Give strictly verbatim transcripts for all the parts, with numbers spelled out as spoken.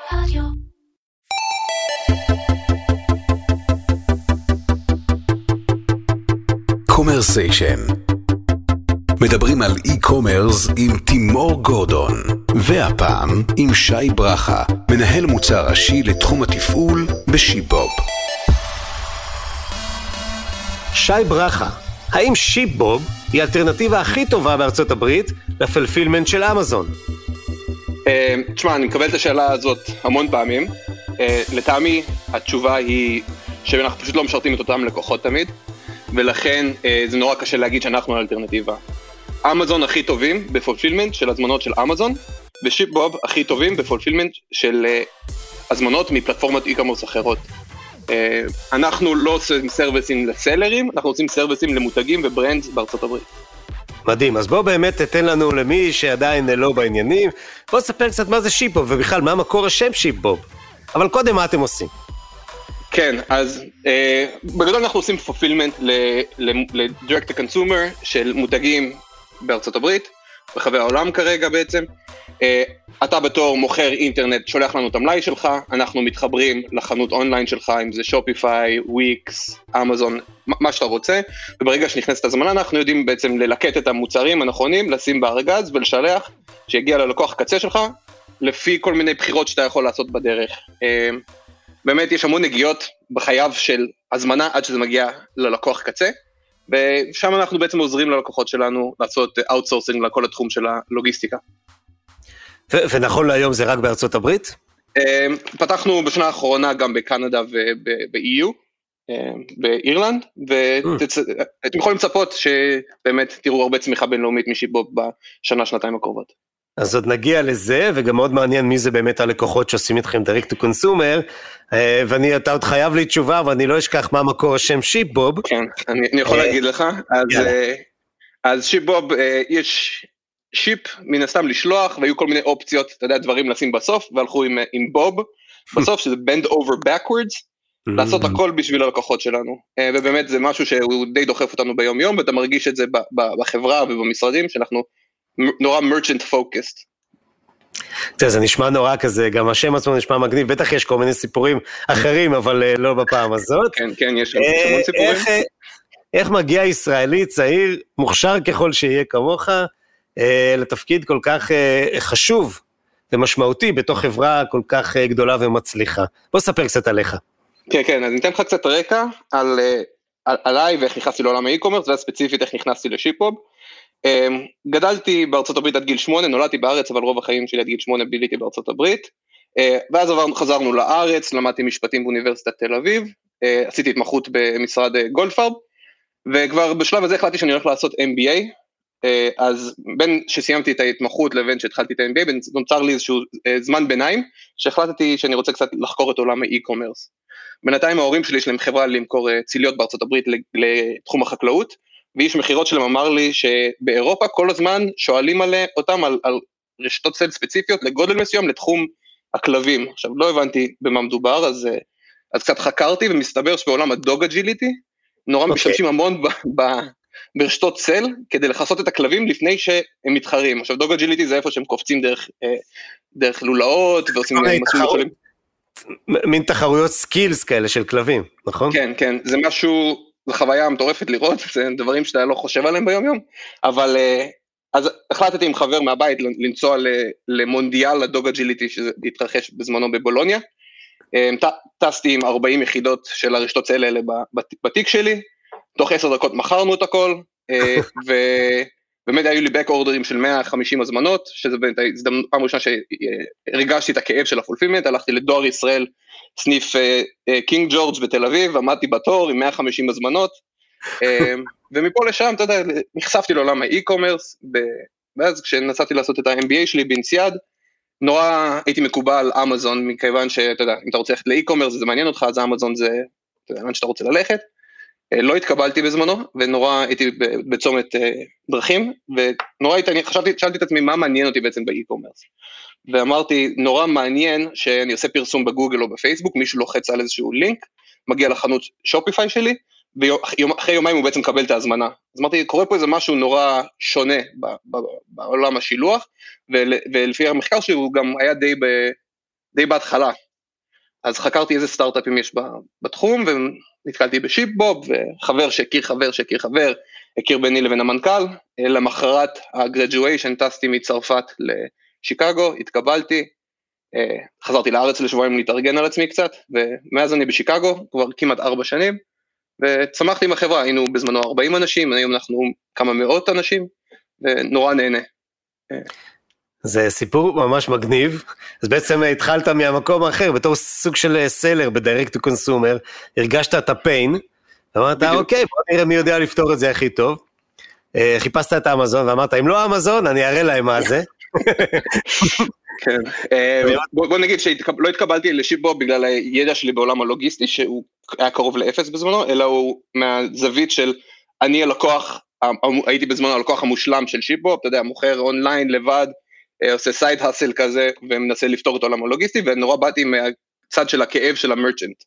רדיו. קומרסיישן. מדברים על אי-קומרס עם תימור גורדון, והפעם עם שי ברכה, מנהל מוצר ראשי לתחום התפעול בשיפ-בוב. שי ברכה, האם שיפ-בוב היא האלטרנטיבה הכי טובה בארצות הברית לפלפילמנט של אמזון? תשמע, אני מקבל את השאלה הזאת המון פעמים. לטעמי התשובה היא שאנחנו פשוט לא משרתים את אותם לקוחות תמיד, ולכן זה נורא קשה להגיד שאנחנו האלטרנטיבה. אמזון הכי טובים בפולפילמנט של הזמנות של אמזון, ושיפ-בוב הכי טובים בפולפילמנט של הזמנות מפלטפורמות אי-קומרס אחרות. אנחנו לא עושים סרוויסים לסלרים, אנחנו עושים סרוויסים למותגים וברנדס בארצות הברית. מדהים, אז בוא באמת תתן לנו למי שעדיין לא בעניינים, בוא ספר קצת מה זה שיפ-בוב, ובכלל מה מקור השם שיפ-בוב. אבל קודם מה אתם עושים? כן, אז אה, בגדול אנחנו עושים fulfillment ל-direct to consumer של מותגים בארצות הברית, ברחבי העולם כרגע בעצם. אה, אתה בתור מוכר אינטרנט שולח לנו את המלאי שלך, אנחנו מתחברים לחנות אונליין שלך, אם זה שופיפיי, וויקס, אמזון, מה שאתה רוצה, וברגע שנכנסת הזמנה אנחנו יודעים בעצם ללקט את המוצרים הנכונים, לשים בארגז ולשלח, שיגיע ללקוח קצה שלך, לפי כל מיני בחירות שאתה יכול לעשות בדרך. אה, באמת יש המון נגיעות בחייו של הזמנה עד שזה מגיע ללקוח קצה, ושם אנחנו בעצם עוזרים ללקוחות שלנו לעשות אאוטסורסינג לכל התחום של הלוגיסטיקה. ו- ונכון להיום זה רק בארצות הברית? פתחנו בשנה האחרונה גם בקנדה וב-אי יו, באירלנד, ואתם יכולים לצפות שבאמת תראו הרבה צמיחה בינלאומית משיפ-בוב בשנה, שנתיים הקרובות. אז עוד נגיע לזה, וגם מאוד מעניין מי זה באמת הלקוחות שעושים איתכם direct to consumer, ואני, אתה עוד חייב לי תשובה, ואני לא אשכח מה מקור השם שיפ-בוב. כן, אני, אני יכול להגיד לך, אז, אז שיפ-בוב, יש שיפ מן הסתם לשלוח, והיו כל מיני אופציות, אתה יודע, דברים לשים בסוף, והלכו עם, עם בוב, בסוף שזה bend over backwards, לעשות הכל בשביל הלקוחות שלנו, ובאמת זה משהו שהוא די דוחף אותנו ביום יום, ואתה מרגיש את זה בחברה ובמשרדים, שאנחנו נורא merchant focused. זה נשמע נורא כזה, גם השם עצמו נשמע מגניב, בטח יש כל מיני סיפורים אחרים, אבל לא בפעם הזאת. כן, כן, יש המון סיפורים. איך מגיע ישראלי צעיר, מוכשר ככל שיהיה כמוך, לתפקיד כל כך חשוב ומשמעותי, בתוך חברה כל כך גדולה ומצליחה? בוא ספר קצת עליך. כן, כן, אז ניתן לך קצת רקע על, על, עליי ואיך נכנסתי לעולם האי-קומרס, והספציפית איך נכנסתי לשיפ-בוב. גדלתי בארצות הברית עד גיל שמונה, נולדתי בארץ, אבל רוב החיים שלי עד גיל שמונה ביליתי בארצות הברית, ואז חזרנו לארץ, למדתי משפטים באוניברסיטת תל אביב, עשיתי התמחות במשרד גולדפרב, וכבר בשלב הזה החלטתי שאני הולך לעשות אם בי איי, אז בין שסיימתי את ההתמחות לבין שהתחלתי את ה-אם בי איי, נוצר לי איזשהו זמן ביניים, שהחלטתי שאני רוצה קצת לחקור את עולם האי-קומרס. בינתיים ההורים שלי יש להם חברה למכור ציליות בארצות הברית לתחום החקלאות, ואיש מחירות שלהם אמר לי שבאירופה כל הזמן שואלים עליה, אותם על, על רשתות סל ספציפיות לגודל מסוים לתחום הכלבים. עכשיו לא הבנתי במה מדובר, אז, אז קצת חקרתי, ומסתבר שבעולם הדוג אג'יליטי, נורא okay. משתמשים המון ב, ב, ברשתות סל, כדי לחסות את הכלבים לפני שהם מתחרים. עכשיו דוג אג'יליטי זה איפה שהם קופצים דרך, דרך לולאות, ועושים okay, מסלול יכולים. מין תחרויות סקילס כאלה של כלבים, נכון? כן, כן, זה משהו, זו חוויה מטורפת לראות, זה דברים שאתה לא חושב עליהם ביום יום, אבל אז החלטתי עם חבר מהבית לנסוע למונדיאל הדוג אג'יליטי שהתרחש בזמנו בבולוניה, טסתי עם ארבעים יחידות של הרשתות סל האלה בתיק שלי, תוך עשר דקות מכרנו את הכל, ובאמת היו לי בק אורדרים של מאה וחמישים הזמנות, שזה פעם ראשונה שהרגשתי את הכאב של הפולפילמנט, הלכתי לדואר ישראל, סניף קינג ג'ורג' בתל אביב, עמדתי בתור עם מאה וחמישים הזמנות, ומפה לשם, אתה יודע, נחשפתי לעולם האי-קומרס, ואז כשנסעתי לעשות את ה-אם בי איי שלי באינסיאד, נורא הייתי מקובל אמזון, מכיוון שאתה יודע, אם אתה רוצה ללכת לאי-קומרס, זה מעניין אותך, אז אמזון זה, אתה יודע, מה שאתה רוצה ללכת, לא התקבלתי בזמנו, ונורא הייתי בצומת דרכים, ונורא הייתי, חשבתי, שאלתי את עצמי, מה מעניין אותי בעצם באי-קומרס? ואמרתי, נורא מעניין שאני עושה פרסום בגוגל או בפייסבוק, מישהו לוחץ על איזשהו לינק, מגיע לחנות שופיפיי שלי, ואחרי יומיים הוא בעצם מקבל את ההזמנה. אז אמרתי, קורה פה איזה משהו נורא שונה בעולם השילוח, ולפי המחקר שלי הוא גם היה די די בהתחלה, אז חקרתי איזה סטארט-אפים יש בתחום, ונתקלתי בשיפבוב, וחבר שהכיר חבר שהכיר חבר, הכיר ביני לבין המנכ"ל, למחרת הגרדואיישן טסתי מצרפת לשיקגו, התקבלתי, חזרתי לארץ לשבועיים להתארגן על עצמי קצת, ומאז אני בשיקגו, כבר כמעט ארבע שנים, וצמחתי עם החברה, היינו בזמנו ארבעים אנשים, היום אנחנו כמה מאות אנשים, ונורא נהנה. זה סיפור ממש מגניב, אז בעצם התחלת מהמקום האחר, בתור סוג של סלר בדירקט טו קונסומר, הרגשת את הפיין, ואמרת, אוקיי, בוא נראה מי יודע לפתור את זה הכי טוב, חיפשת את האמזון, ואמרת, אם לא האמזון, אני אראה להם מה זה. כן, בוא נגיד שלא התקבלתי לשיפבוב בגלל הידע שלי בעולם הלוגיסטי, שהוא היה קרוב לאפס בזמנו, אלא הוא מהזווית של אני הלקוח, הייתי בזמנו הלקוח המושלם של שיפבוב, אתה יודע, מוכר אונליין לבד, עושה סייד הסל כזה, ומנסה לפתור את העולם הלוגיסטי, ונורא באתי מהצד של הכאב של המרצ'נט,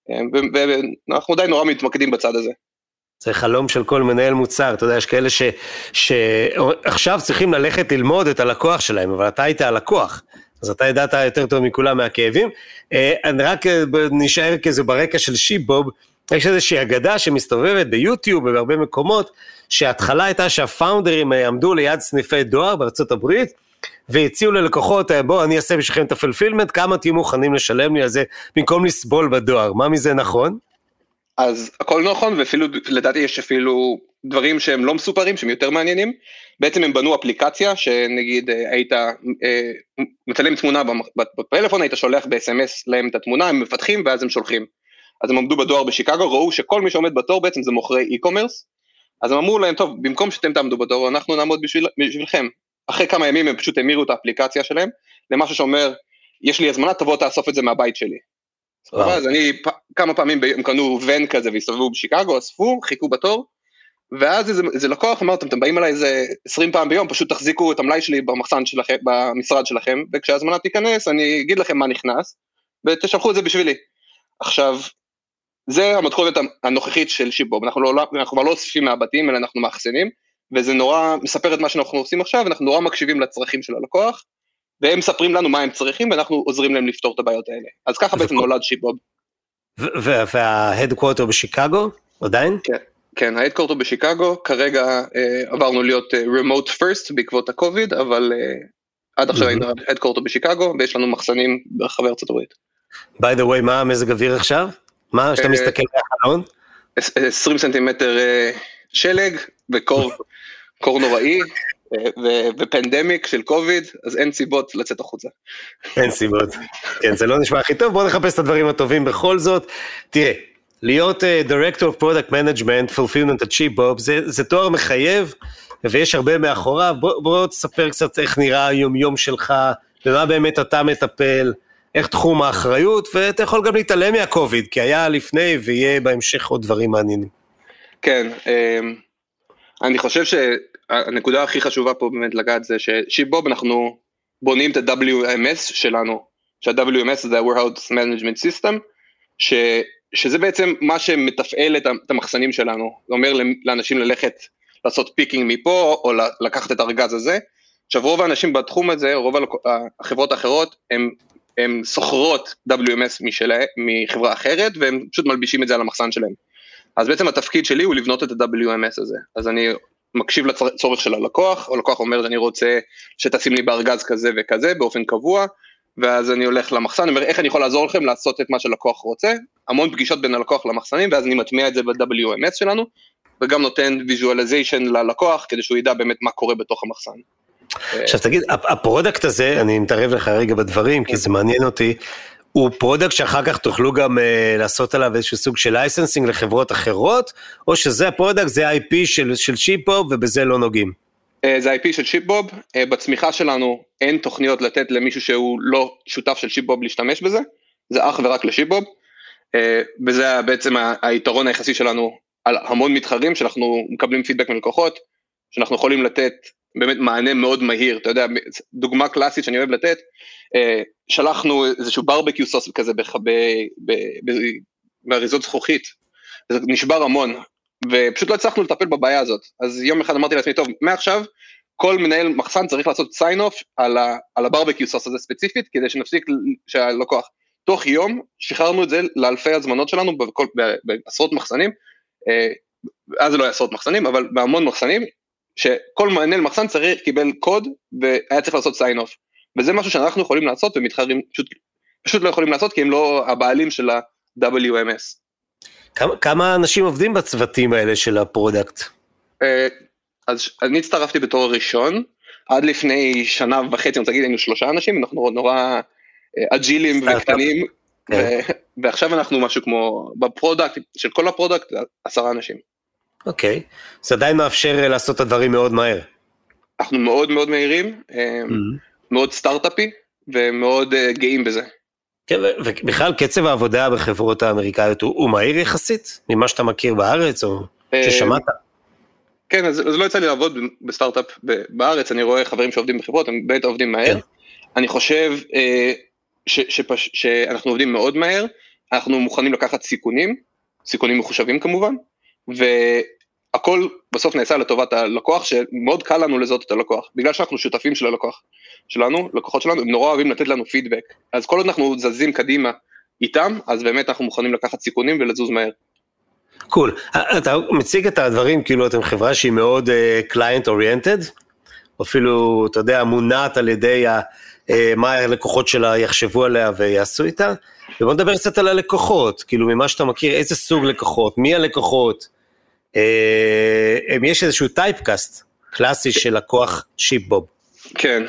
ואנחנו די נורא מתמקדים בצד הזה. זה חלום של כל מנהל מוצר, אתה יודע, יש כאלה ש, שעכשיו צריכים ללכת ללמוד את הלקוח שלהם, אבל אתה היית הלקוח, אז אתה ידעת יותר טוב מכולם מהכאבים. אני רק נשאר כזה ברקע של שיפבוב, יש איזושהי אגדה שמסתובבת ביוטיוב ובהרבה מקומות, שההתחלה הייתה שהפאונדרים עמדו ליד סניפי דואר בארצות הברית, והציעו ללקוחות, בוא אני אעשה בשבילכם את הפלפילמנט, כמה תהיו מוכנים לשלם לי על זה, במקום לסבול בדואר, מה מזה נכון? אז הכל נכון, ואפילו לדעתי יש אפילו דברים שהם לא מסופרים, שהם יותר מעניינים, בעצם הם בנו אפליקציה, שנגיד היית מצלם תמונה בפלאפון, היית שולח ב-אס אם אס להם את התמונה, הם מפתחים ואז הם שולחים, אז הם עמדו בדואר בשיקגו, ראו שכל מי שעומד בתור בעצם זה מוכרי אי-קומרס, אז הם אמרו להם, טוב, במקום שאתם תעמדו בתור, אנחנו נעמוד בשביל, בשבילכם, אחרי כמה ימים הם פשוט המירו את האפליקציה שלהם, למשהו שאומר, יש לי הזמנה, תבוא תאסוף את זה מהבית שלי. אז אני כמה פעמים הם קנו ון כזה והסתובבו בשיקגו, אספו, חיכו בתור, ואז איזה, איזה לקוח אמרתם, אתם באים אליי איזה עשרים פעם ביום, פשוט תחזיקו את המלאי שלי במחסן שלכם, במשרד שלכם, וכשהזמנה תיכנס, אני אגיד לכם מה נכנס, ותשלחו את זה בשבילי. עכשיו, זה המתכונת הנוכחית של שיפבוב, אנחנו לא, אנחנו כבר לא אוספים מהבתים, אלא אנחנו מאחסנים, וזה נורא מספר את מה שאנחנו עושים עכשיו, אנחנו נורא מקשיבים לצרכים של הלקוח, והם מספרים לנו מה הם צריכים, ואנחנו עוזרים להם לפתור את הבעיות האלה. אז ככה בעצם נולד שיפבוב. וההדקוורטר בשיקגו, עדיין? כן, כן, ההדקוורטר בשיקגו, כרגע עברנו להיות remote first בעקבות הקוביד, אבל עד עכשיו היינו ההדקוורטר בשיקגו, ויש לנו מחסנים ברחבי ארצות הברית. by the way, מה המזג אוויר עכשיו? מה, שאתה מסתכל מהחלון? עשרים סנטימטר שלג, וקור קור נוראי, ופנדמיק של קוביד, אז אין סיבות לצאת החוצה. אין סיבות. כן, זה לא נשמע הכי טוב, בואו נחפש את הדברים הטובים בכל זאת. תראה, להיות uh, Director of Product Management, Fulfillment at שיפבוב, זה, זה תואר מחייב, ויש הרבה מאחוריו. בוא, בוא תספר קצת איך נראה היום-יום שלך, ומה באמת אתה מטפל, איך תחום האחריות, ואתה יכול גם להתעלם מהקוביד, כי היה לפני ויהיה בהמשך עוד דברים מעניינים. כן, אני חושב שהנקודה הכי חשובה פה באמת לגעת זה ששיפבוב אנחנו בונים את ה-דאבליו אם אס שלנו, שה-דאבליו אם אס זה ה-Warehouse Management System, ש, שזה בעצם מה שמתפעל את המחסנים שלנו, זה אומר לאנשים ללכת לעשות פיקינג מפה, או לקחת את הארגז הזה. עכשיו רוב האנשים בתחום הזה, רוב החברות האחרות, הם הם סוחרות דאבליו אם אס משלה, מחברה אחרת, והם פשוט מלבישים את זה על המחסן שלהם. אז בעצם התפקיד שלי הוא לבנות את ה-דאבליו אם אס הזה. אז אני מקשיב לצורך של הלקוח, או לקוח אומר שאני רוצה שתשים לי בארגז כזה וכזה, באופן קבוע, ואז אני הולך למחסן, אני אומר איך אני יכול לעזור לכם לעשות את מה שהלקוח רוצה, המון פגישות בין הלקוח למחסנים, ואז אני מטמיע את זה ב-דאבליו אם אס שלנו, וגם נותן ויזואליזיישן ללקוח, כדי שהוא ידע באמת מה קורה בתוך המחסן. עכשיו תגיד, הפרודקט הזה, אני מתערב לך רגע בדברים, כי זה מעניין אותי, הוא פרודקט שאחר כך תוכלו גם uh, לעשות עליו איזשהו סוג של לייסנסינג לחברות אחרות, או שזה הפרודקט, זה ה-איי פי של, של שיפבוב, ובזה לא נוגעים? Uh, זה ה-איי פי של שיפבוב, uh, בצמיחה שלנו אין תוכניות לתת למישהו שהוא לא שותף של שיפבוב להשתמש בזה, זה אך ורק לשיפבוב, uh, וזה בעצם היתרון היחסי שלנו על המון מתחרים, שאנחנו מקבלים פידבק מלקוחות, שאנחנו יכולים לתת באמת מענה מאוד מהיר, אתה יודע, דוגמה קלאסית שאני אוהב לתת, שלחנו איזשהו ברבקיו סוס כזה באריזות זכוכית, זה נשבר המון, ופשוט לא הצלחנו לטפל בבעיה הזאת, אז יום אחד אמרתי לעצמי, טוב, מעכשיו, כל מנהל מחסן צריך לעשות sign off על, ה, על הברבקיו סוס הזה ספציפית, כדי שנפסיק שהלקוח, תוך יום שחררנו את זה לאלפי הזמנות שלנו, בכל, בעשרות מחסנים, אז זה לא היה עשרות מחסנים, אבל בהמון מחסנים, שכל מנהל מחסן צריך, קיבל קוד, והיה צריך לעשות sign off, וזה משהו שאנחנו יכולים לעשות, ומתחרים פשוט, פשוט לא יכולים לעשות, כי הם לא הבעלים של ה-דאבליו אם אס. כמה, כמה אנשים עובדים בצוותים האלה של הפרודקט? אז אני הצטרפתי בתור הראשון, עד לפני שנה וחצי, אני רוצה להגיד, היינו שלושה אנשים, אנחנו נורא אג'ילים וקטנים, ועכשיו אנחנו משהו כמו, בפרודקט, של כל הפרודקט, עשרה אנשים. אוקיי, זה עדיין מאפשר לעשות את הדברים מאוד מהר. אנחנו מאוד מאוד מהירים, מאוד סטארט-אפי, ומאוד גאים בזה. כן, ובכלל קצב העבודה בחברות האמריקאיות הוא מהיר יחסית, ממה שאתה מכיר בארץ, או ששמעת? כן, אז לא יצא לי לעבוד בסטארט-אפ בארץ, אני רואה חברים שעובדים בחברות, הם באמת עובדים מהר. אני חושב שאנחנו עובדים מאוד מהר, אנחנו מוכנים לקחת סיכונים, סיכונים מחושבים כמובן, והכל בסוף נעשה לטובת הלקוח, שמאוד קל לנו לזהות את הלקוח, בגלל שאנחנו שותפים של הלקוח שלנו, לקוחות שלנו, הם נורא אוהבים לתת לנו פידבק, אז כל עוד אנחנו זזים קדימה איתם, אז באמת אנחנו מוכנים לקחת סיכונים ולזוז מהר. קול, אתה מציג את הדברים, כאילו אתם חברה שהיא מאוד client oriented, אפילו, אתה יודע, מונעת על ידי מה הלקוחות שלה יחשבו עליה ויעשו איתה, ובוא נדבר קצת על הלקוחות, כאילו ממה שאתה מכיר, איזה סוג לקוחות, מי הלקוחות, יש איזשהו טייפקאסט קלאסי של לקוח שיפבוב. כן,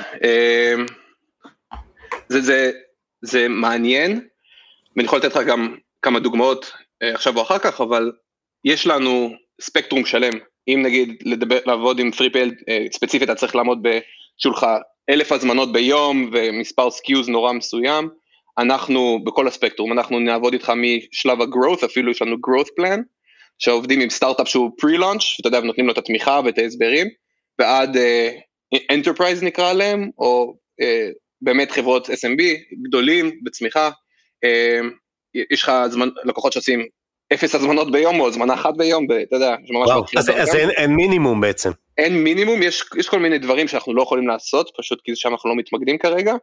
זה, זה, זה מעניין, ואני יכול לתת לך גם כמה דוגמאות עכשיו או אחר כך, אבל יש לנו ספקטרום שלם, אם נגיד לדבר, לעבוד עם תרי פי אל ספציפית, אתה צריך לעמוד בשולך אלף הזמנות ביום, ומספר סקיוז נורא מסוים, אנחנו בכל הספקטרום, אנחנו נעבוד איתך משלב ה-growth, אפילו יש לנו growth plan, שעובדים עם סטארט-אפ שהוא pre-launch, שאתה יודע, ונותנים לו את התמיכה ואת ההסברים, ועד uh, enterprise נקרא להם, או uh, באמת חברות אס אם בי, גדולים, בצמיחה, uh, יש לך זמן, לקוחות שעושים אפס הזמנות ביום, או זמנה אחת ביום, אתה יודע, שממש מתחיל. אז, אז אין, אין מינימום בעצם. אין מינימום, יש, יש כל מיני דברים שאנחנו לא יכולים לעשות, פשוט כי שם אנחנו לא מתמקדים כרגע,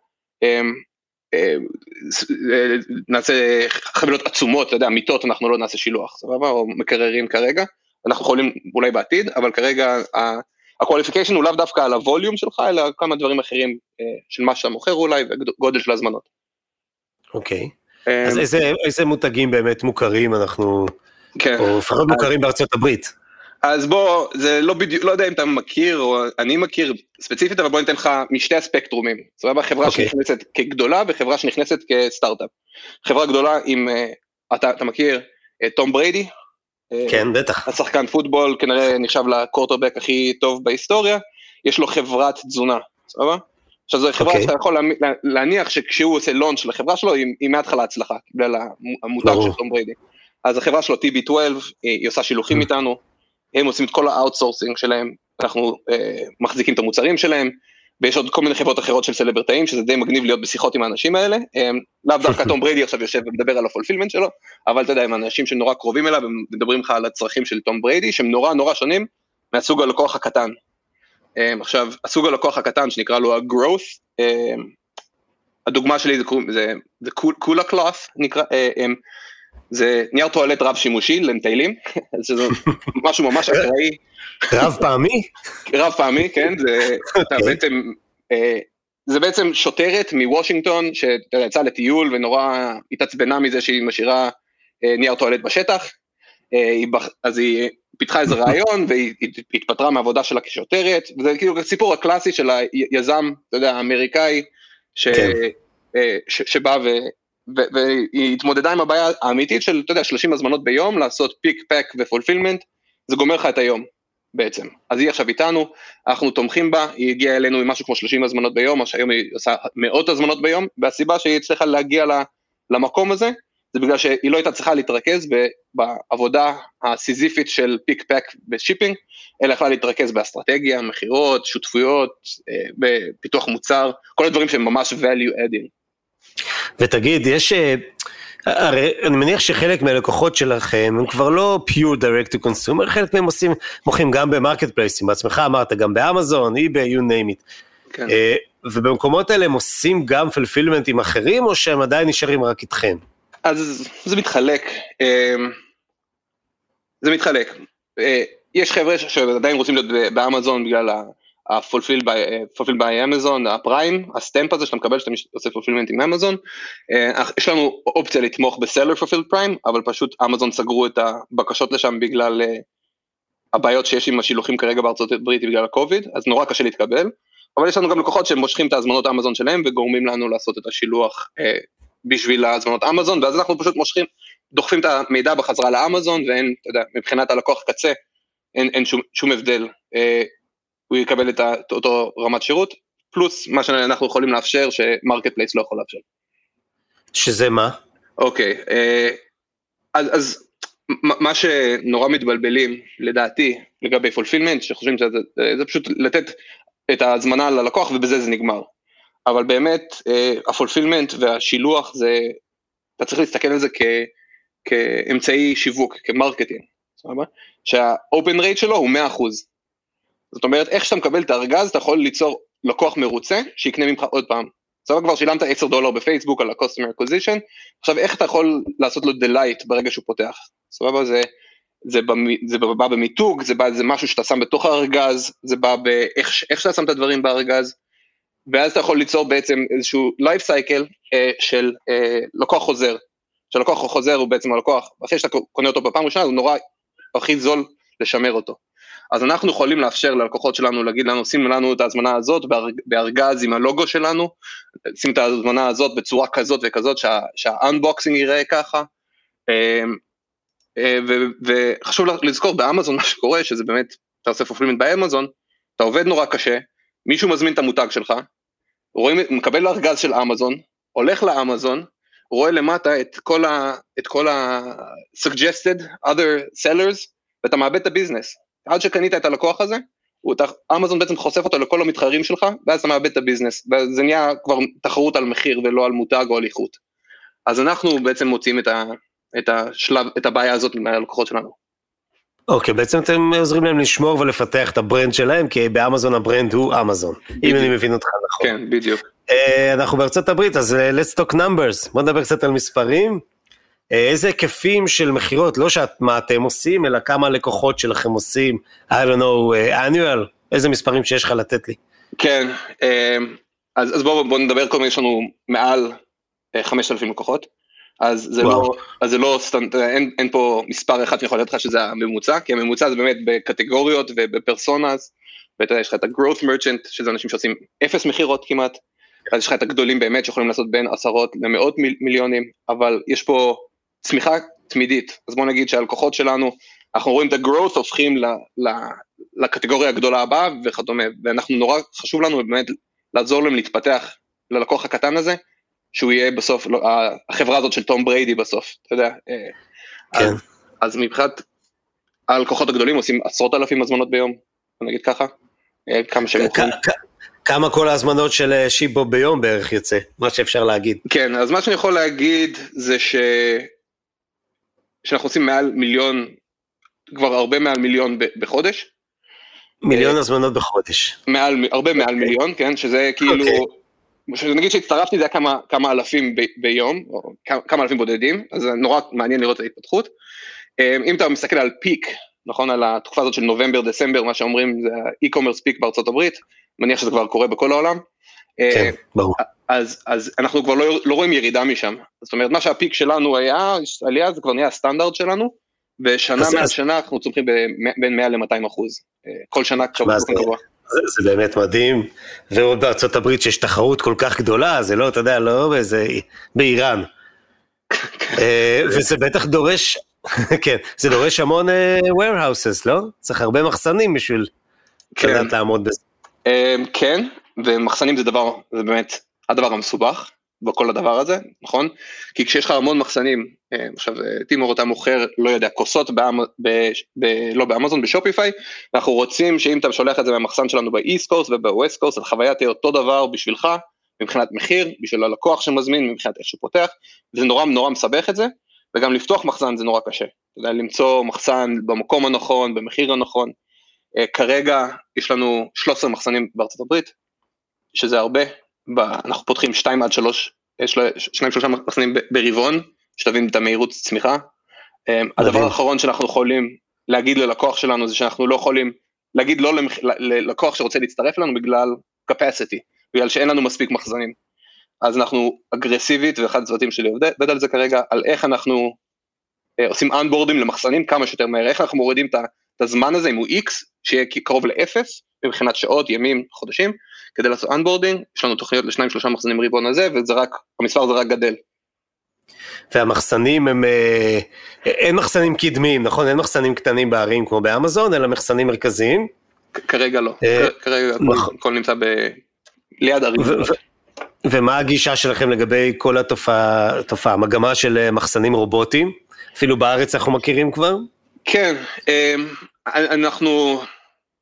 נעשה חבילות עצומות, אתה יודע, מיטות אנחנו לא נעשה שילוח, סבבה, או מקררים כרגע, אנחנו יכולים אולי בעתיד, אבל כרגע ה-qualification הוא לאו דווקא על הווליום שלך, אלא כמה דברים אחרים של מה שאתה מוכר אולי, וגודל של הזמנות. אוקיי, אז איזה, איזה מותגים באמת מוכרים אנחנו, או לפחות מוכרים בארצות הברית? אז בוא, זה לא בדיוק, לא יודע אם אתה מכיר, או אני מכיר ספציפית, אבל בוא ניתן לך משתי הספקטרומים. סבבה, חברה okay. שנכנסת כגדולה, וחברה שנכנסת כסטארט-אפ. חברה גדולה עם, אתה, אתה מכיר, תום בריידי? כן, בטח. השחקן פוטבול, כנראה נחשב לקורטרבק הכי טוב בהיסטוריה, יש לו חברת תזונה, סבבה? עכשיו, זו חברה okay. שאתה יכול להניח שכשהוא עושה לונץ' לחברה שלו, היא, היא מההתחלה הצלחה, בגלל המותג של תום בריידי. אז החברה שלו, טי בי שתים עשרה, היא עושה שילוחים mm. איתנו, הם עושים את כל האוטסורסינג שלהם, אנחנו אה, מחזיקים את המוצרים שלהם, ויש עוד כל מיני חברות אחרות של סלברטאים, שזה די מגניב להיות בשיחות עם האנשים האלה, הם, לאו דווקא תום בריידי עכשיו יושב ומדבר על הפולפילמנט שלו, אבל אתה יודע, הם אנשים שנורא קרובים אליו, ומדברים לך על הצרכים של תום בריידי, שהם נורא נורא שונים, מהסוג הלקוח הקטן. אה, עכשיו, הסוג הלקוח הקטן, שנקרא לו ה-growth, אה, הדוגמה שלי זה, זה, זה קולה קלאס, נקרא, אה, הם, זה נייר טואלט רב שימושי למטיילים, זה משהו ממש אקראי. רב פעמי? רב פעמי, כן, זה בעצם, זה בעצם שוטרת מוושינגטון, שיצאה לטיול ונורא התעצבנה מזה שהיא משאירה נייר טואלט בשטח, אז היא פיתחה איזה רעיון, והיא התפטרה מהעבודה שלה כשוטרת, וזה כאילו הסיפור הקלאסי של היזם, אתה יודע, האמריקאי, שבא ו... והיא התמודדה עם הבעיה האמיתית של, אתה יודע, שלושים הזמנות ביום, לעשות פיק, פק ופולפילמנט, זה גומר לך את היום, בעצם. אז היא עכשיו איתנו, אנחנו תומכים בה, היא הגיעה אלינו עם משהו כמו שלושים הזמנות ביום, או שהיום היא עושה מאות הזמנות ביום, והסיבה שהיא הצליחה להגיע למקום הזה, זה בגלל שהיא לא הייתה צריכה להתרכז בעבודה הסיזיפית של פיק, פק ושיפינג, אלא יכלה להתרכז באסטרטגיה, מחירות, שותפויות, בפיתוח מוצר, כל הדברים שהם ממש value adding. ותגיד, יש, הרי אני מניח שחלק מהלקוחות שלכם הם כבר לא pure direct to consumer, חלק מהם עושים, מוכרים גם במרקט פלייסים, בעצמך אמרת גם באמזון, eBay, you name it. כן. ובמקומות האלה הם עושים גם פלפילמנטים אחרים, או שהם עדיין נשארים רק איתכם? אז זה מתחלק, זה מתחלק. יש חבר'ה שעדיין רוצים להיות באמזון בגלל ה-fulfilled by Amazon, הפריים, הסטמפ הזה שאתה מקבל, שאתה עושה fulfillment עם אמזון, יש לנו אופציה לתמוך בסלר fulfilled prime, אבל פשוט אמזון סגרו את הבקשות לשם בגלל הבעיות שיש עם השילוחים כרגע בארצות הברית בגלל הקוביד, אז נורא קשה להתקבל, אבל יש לנו גם לקוחות שהם מושכים את ההזמנות אמזון שלהם, וגורמים לנו לעשות את השילוח בשביל ההזמנות אמזון, ואז אנחנו פשוט מושכים, דוחפים את המידע בחזרה לאמזון, ואין, אתה יודע, מבחינת הלקוח קצה, אין, אין שום, שום הבדל, אה, הוא יקבל את אותו רמת שירות, פלוס מה שאנחנו יכולים לאפשר, שמרקט פלייס לא יכול לאפשר. שזה מה? אוקיי, אה, אז, אז מה שנורא מתבלבלים, לדעתי, לגבי פולפילמנט, שחושבים שזה זה פשוט לתת את ההזמנה ללקוח, ובזה זה נגמר. אבל באמת, אה, הפולפילמנט והשילוח, זה, אתה צריך להסתכל על זה כ, כאמצעי שיווק, כמרקטינג. שהאופן רייט שלו הוא מאה אחוז. זאת אומרת, איך שאתה מקבל את הארגז, אתה יכול ליצור לקוח מרוצה, שיקנה ממך עוד פעם. סבבה, כבר שילמת עשרה דולר בפייסבוק על ה-Customer Acquisition, עכשיו איך אתה יכול לעשות לו דלייט ברגע שהוא פותח? סבבה, זה, זה, זה בא במיתוג, זה בא, זה משהו שאתה שם בתוך הארגז, זה בא באיך, איך שאתה שם את הדברים בארגז, ואז אתה יכול ליצור בעצם איזשהו life cycle אה, של אה, לקוח חוזר, שהלקוח חוזר הוא בעצם הלקוח, אחרי שאתה קונה אותו בפעם ראשונה, הוא נורא הכי זול לשמר אותו. אז אנחנו יכולים לאפשר ללקוחות שלנו, להגיד לנו, שים לנו את ההזמנה הזאת, בארגז עם הלוגו שלנו, שים את ההזמנה הזאת בצורה כזאת וכזאת, שה, שהאנבוקסינג ייראה ככה, וחשוב לזכור באמזון מה שקורה, שזה באמת, אתה עושה פולפילמנט באמזון, אתה עובד נורא קשה, מישהו מזמין את המותג שלך, רואים, מקבל לארגז של אמזון, הולך לאמזון, רואה למטה את כל ה, את כל ה suggested other sellers, ואתה מאבד את הביזנס. עד שקנית את הלקוח הזה, אמזון בעצם חושף אותו לכל המתחרים שלך, ואז אתה מאבד את הביזנס, וזה נהיה כבר תחרות על מחיר, ולא על מותג או על איכות. אז אנחנו בעצם מוצאים את ה, את השלב, את הבעיה הזאת מהלקוחות שלנו. אוקיי, בעצם אתם עוזרים להם לשמור ולפתח את הברנד שלהם, כי באמזון הברנד הוא אמזון, אם אני מבין אותך נכון. כן, בדיוק. אנחנו בארצות הברית, אז let's talk numbers, בוא נדבר קצת על מספרים, איזה היקפים של מחירות, לא שאת מה אתם עושים, אלא כמה לקוחות שלכם עושים, I don't know, annual, איזה מספרים שיש לך לתת לי. כן, אז, אז בואו בוא נדבר, כל מיני יש לנו מעל חמשת אלפים לקוחות, אז זה וואו. לא, אז זה לא, סטנד, אין, אין פה מספר אחד שיכול להיות לך שזה הממוצע, כי הממוצע זה באמת בקטגוריות ובפרסונס, ואתה יש לך את ה-growth merchant, שזה אנשים שעושים אפס מחירות כמעט, אז יש לך את הגדולים באמת שיכולים לעשות בין עשרות למאות מיליונים, אבל יש פה צמיחה תמידית, אז בואו נגיד שהלקוחות שלנו, אנחנו רואים את ה-growth הופכים ל, ל, לקטגוריה הגדולה הבאה וכדומה, ואנחנו נורא חשוב לנו באמת לעזור להם להתפתח ללקוח הקטן הזה, שהוא יהיה בסוף, החברה הזאת של תום בריידי בסוף, אתה יודע. כן. אז, אז מבחינת הלקוחות הגדולים עושים עשרות אלפים הזמנות ביום, נגיד ככה, כמה שהם מוכנים. כמה כל ההזמנות של שיפו ביום בערך יוצא, מה שאפשר להגיד. כן, אז מה שאני יכול להגיד זה ש... שאנחנו עושים מעל מיליון, כבר הרבה מעל מיליון בחודש. מיליון הזמנות בחודש. מעל, הרבה מעל מיליון, כן, שזה כאילו, נגיד שהצטרפתי זה היה כמה, כמה אלפים ב, ביום, או כמה, כמה אלפים בודדים, אז זה נורא מעניין לראות את ההתפתחות. אם אתה מסתכל על פיק, נכון, על התקופה הזאת של נובמבר, דצמבר, מה שאומרים זה e-commerce פיק בארצות הברית, מניח שזה כבר קורה בכל העולם. כן, ברור. אז, אז אנחנו כבר לא, לא רואים ירידה משם. זאת אומרת, מה שהפיק שלנו היה, עלייה, זה כבר נהיה הסטנדרט שלנו, ושנה מעל שנה אנחנו צומחים בין מאה ל-מאתיים אחוז. כל שנה קבוע. זה, זה באמת מדהים, ועוד בארצות הברית שיש תחרות כל כך גדולה, זה לא, אתה יודע, לא באיזה, באיראן. וזה בטח דורש, כן, זה דורש המון warehouses, לא? צריך הרבה מחסנים בשביל לדעת לעמוד בזה. כן, ומחסנים זה דבר, זה באמת הדבר המסובך, בכל הדבר הזה, נכון? כי כשיש לך המון מחסנים, עכשיו טימור אתה מוכר, לא יודע, כוסות, לא באמזון, בשופיפיי, ואנחנו רוצים שאם אתה שולח את זה מהמחסן שלנו באיסט קוסט ובווסט קוסט, החוויה תהיה אותו דבר בשבילך, מבחינת מחיר, בשביל הלקוח שמזמין, מבחינת איך שהוא פותח, וזה נורא נורא מסבך את זה, וגם לפתוח מחסן זה נורא קשה, אתה יודע, למצוא מחסן במקום הנכון, במחיר הנכון, כרגע יש לנו שלושה עשר מחסנים בארצות הברית, שזה הרבה, אנחנו פותחים שתיים עד שלוש, שניים שלושה מחסנים ברבעון, שתבין את המהירות צמיחה, הדבר האחרון שאנחנו יכולים להגיד ללקוח שלנו, זה שאנחנו לא יכולים להגיד לא ללקוח שרוצה להצטרף לנו, בגלל capacity, בגלל שאין לנו מספיק מחסנים, אז אנחנו אגרסיבית, ואחד הצוותים שלי עובד על זה כרגע, על איך אנחנו עושים אונבורדים למחסנים כמה שיותר מהר, איך אנחנו מורידים את הזמן הזה, אם הוא X, שיהיה קרוב לאפס, מבחינת שעות, ימים, חודשים, כדי לעשות אונבורדינג, יש לנו תוכניות לשניים שלושה מחסנים ריבון הזה, וזה רק, המספר זה רק גדל. והמחסנים הם, אין מחסנים קדמיים, נכון? אין מחסנים קטנים בערים כמו באמזון, אלא מחסנים מרכזיים? כרגע לא, כרגע הכל נמצא ליד ערים. ומה הגישה שלכם לגבי כל התופעה, המגמה של מחסנים רובוטיים? אפילו בארץ אנחנו מכירים כבר? כן, אנחנו,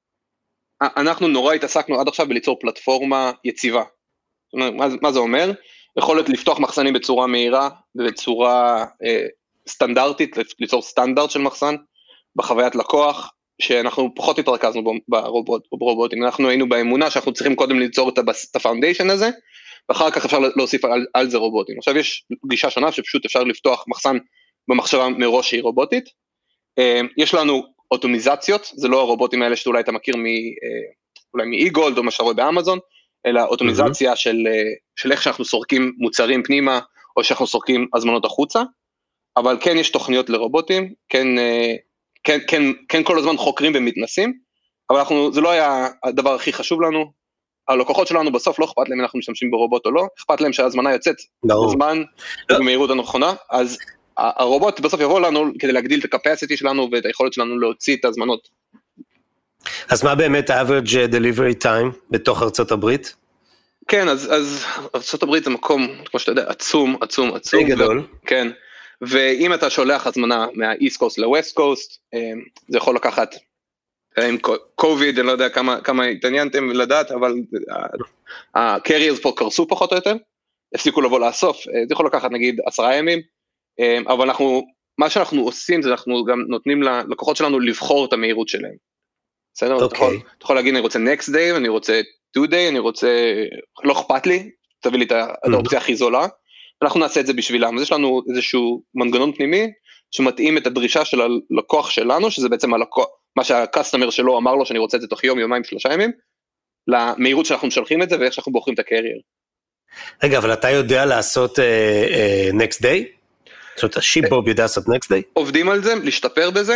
אנחנו נורא התעסקנו עד עכשיו בליצור פלטפורמה יציבה. מה זה אומר? יכולת לפתוח מחסנים בצורה מהירה, ובצורה סטנדרטית, ליצור סטנדרט של מחסן, בחוויית לקוח, שאנחנו פחות התרכזנו ברובוטים, אנחנו היינו באמונה שאנחנו צריכים קודם ליצור את הפאונדיישן הזה, ואחר כך אפשר להוסיף על, על זה רובוטים. עכשיו יש גישה שונה שפשוט אפשר לפתוח מחסן במחשבה מראש שהיא רובוטית, יש לנו אוטומיזציות, זה לא הרובוטים האלה שאולי אתה מכיר אולי מאי-גולד או מה שרואה באמזון, אלא אוטומיזציה של, של איך שאנחנו סורקים מוצרים פנימה, או שאנחנו סורקים הזמנות החוצה, אבל כן יש תוכניות לרובוטים, כן, כן, כן, כן כל הזמן חוקרים ומתנסים, אבל אנחנו, זה לא היה הדבר הכי חשוב לנו, הלקוחות שלנו בסוף לא אכפת להם אם אנחנו משתמשים ברובוט או לא, אכפת להם שההזמנה יוצאת בזמן, במהירות הנכונה, אז הרובוט בסוף יבוא לנו כדי להגדיל את ה-capacity שלנו ואת היכולת שלנו להוציא את ההזמנות. אז מה באמת ה-average delivery time בתוך ארצות הברית? כן, אז, אז ארצות הברית זה מקום, כמו שאתה יודע, עצום, עצום, עצום. די גדול. ו- כן, ואם אתה שולח הזמנה מה-East Coast ל-West Coast, זה יכול לקחת, עם קוביד, אני לא יודע כמה, כמה התעניינתם לדעת, אבל ה-carriers פה קרסו פחות או יותר, הפסיקו לבוא לאסוף, זה יכול לקחת נגיד עשרה ימים, אבל אנחנו, מה שאנחנו עושים זה אנחנו גם נותנים ללקוחות שלנו לבחור את המהירות שלהם. בסדר? אתה יכול, אתה יכול להגיד אני רוצה next day, אני רוצה two day, אני רוצה, לא אכפת לי, תביא לי את האופציה הכי זולה, אנחנו נעשה את זה בשבילם. אז יש לנו איזשהו מנגנון פנימי, שמתאים את הדרישה של הלקוח שלנו, שזה בעצם הלקוח, מה שהקסטומר שלו אמר לו שאני רוצה את זה תוך יום, יומיים, שלושה ימים, למהירות שאנחנו משלחים את זה, ואיך שאנחנו בוחרים את הקרייר. רגע, אבל אתה יודע לעשות uh, uh, next day? זאת אומרת, השיפ-בוב יודע לעשות next day? עובדים על זה, להשתפר בזה,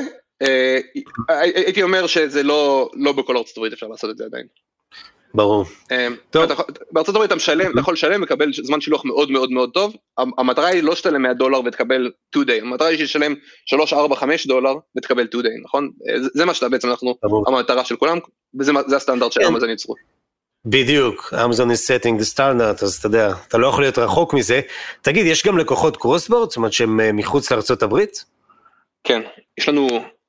הייתי אומר שזה לא בכל ארצות הברית אפשר לעשות את זה עדיין. ברור. בארצות הברית אתה משלם, אתה יכול לשלם, מקבל זמן שילוח מאוד מאוד מאוד טוב, המטרה היא לא שתלם מאה דולר ותקבל two day, המטרה היא שתשלם שלוש, ארבע, חמש דולר ותקבל two day, נכון? זה מה שאתה בעצם, אנחנו, המטרה של כולם, וזה הסטנדרט של אמזון יצרו. בדיוק, אמזון is setting the standard, אז אתה יודע, אתה לא יכול להיות רחוק מזה. תגיד, יש גם לקוחות קרוסבורד, זאת אומרת שהם מחוץ לארצות הברית? כן, יש לנו,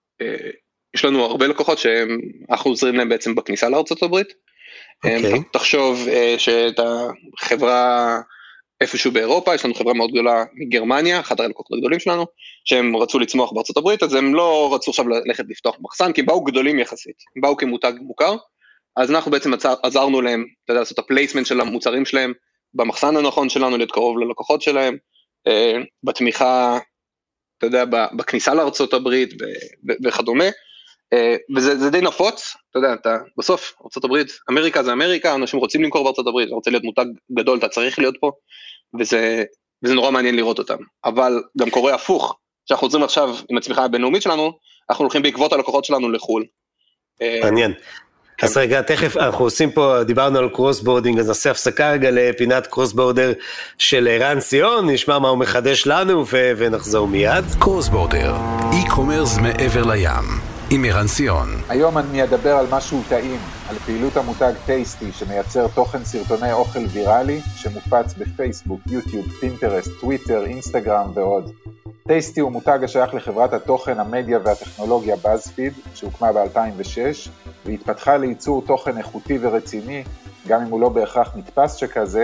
יש לנו הרבה לקוחות שאנחנו עוזרים להם בעצם בכניסה לארצות הברית. Okay. תחשוב שאת החברה איפשהו באירופה, יש לנו חברה מאוד גדולה מגרמניה, אחת הלקוחות הגדולים שלנו, שהם רצו לצמוח בארצות הברית, אז הם לא רצו עכשיו ללכת לפתוח מחסן, כי הם באו גדולים יחסית, הם באו כמותג מוכר, אז אנחנו בעצם עזרנו להם, אתה יודע, לעשות את הפלייסמנט של המוצרים שלהם, במחסן הנכון שלנו, להיות קרוב ללקוחות שלהם, בתמיכה, אתה יודע, בכניסה לארצות הברית וכדומה, וזה די נפוץ, אתה יודע, אתה בסוף, ארצות הברית, אמריקה זה אמריקה, אנשים רוצים למכור בארצות הברית, אתה רוצה להיות מותג גדול, אתה צריך להיות פה, וזה, וזה נורא מעניין לראות אותם, אבל גם קורה הפוך, שאנחנו עוזרים עכשיו עם הצמיחה הבינלאומית שלנו, אנחנו הולכים בעקבות הלקוחות שלנו לחול. מעניין. אז רגע, תכף אנחנו עושים פה, דיברנו על קרוסבורדינג, אז נעשה הפסקה רגע לפינת קרוסבורדר של ערן ציון, נשמע מה הוא מחדש לנו ונחזור מיד. קרוסבורדר, אי-קומרס מעבר לים. עם ערן ציון. היום אני אדבר על משהו טעים, על פעילות המותג טייסטי שמייצר תוכן סרטוני אוכל ויראלי שמופץ בפייסבוק, יוטיוב, פינטרסט, טוויטר, אינסטגרם ועוד. טייסטי הוא מותג השייך לחברת התוכן, המדיה והטכנולוגיה BuzzFeed שהוקמה ב-אלפיים ושש והתפתחה לייצור תוכן איכותי ורציני, גם אם הוא לא בהכרח נתפס שכזה,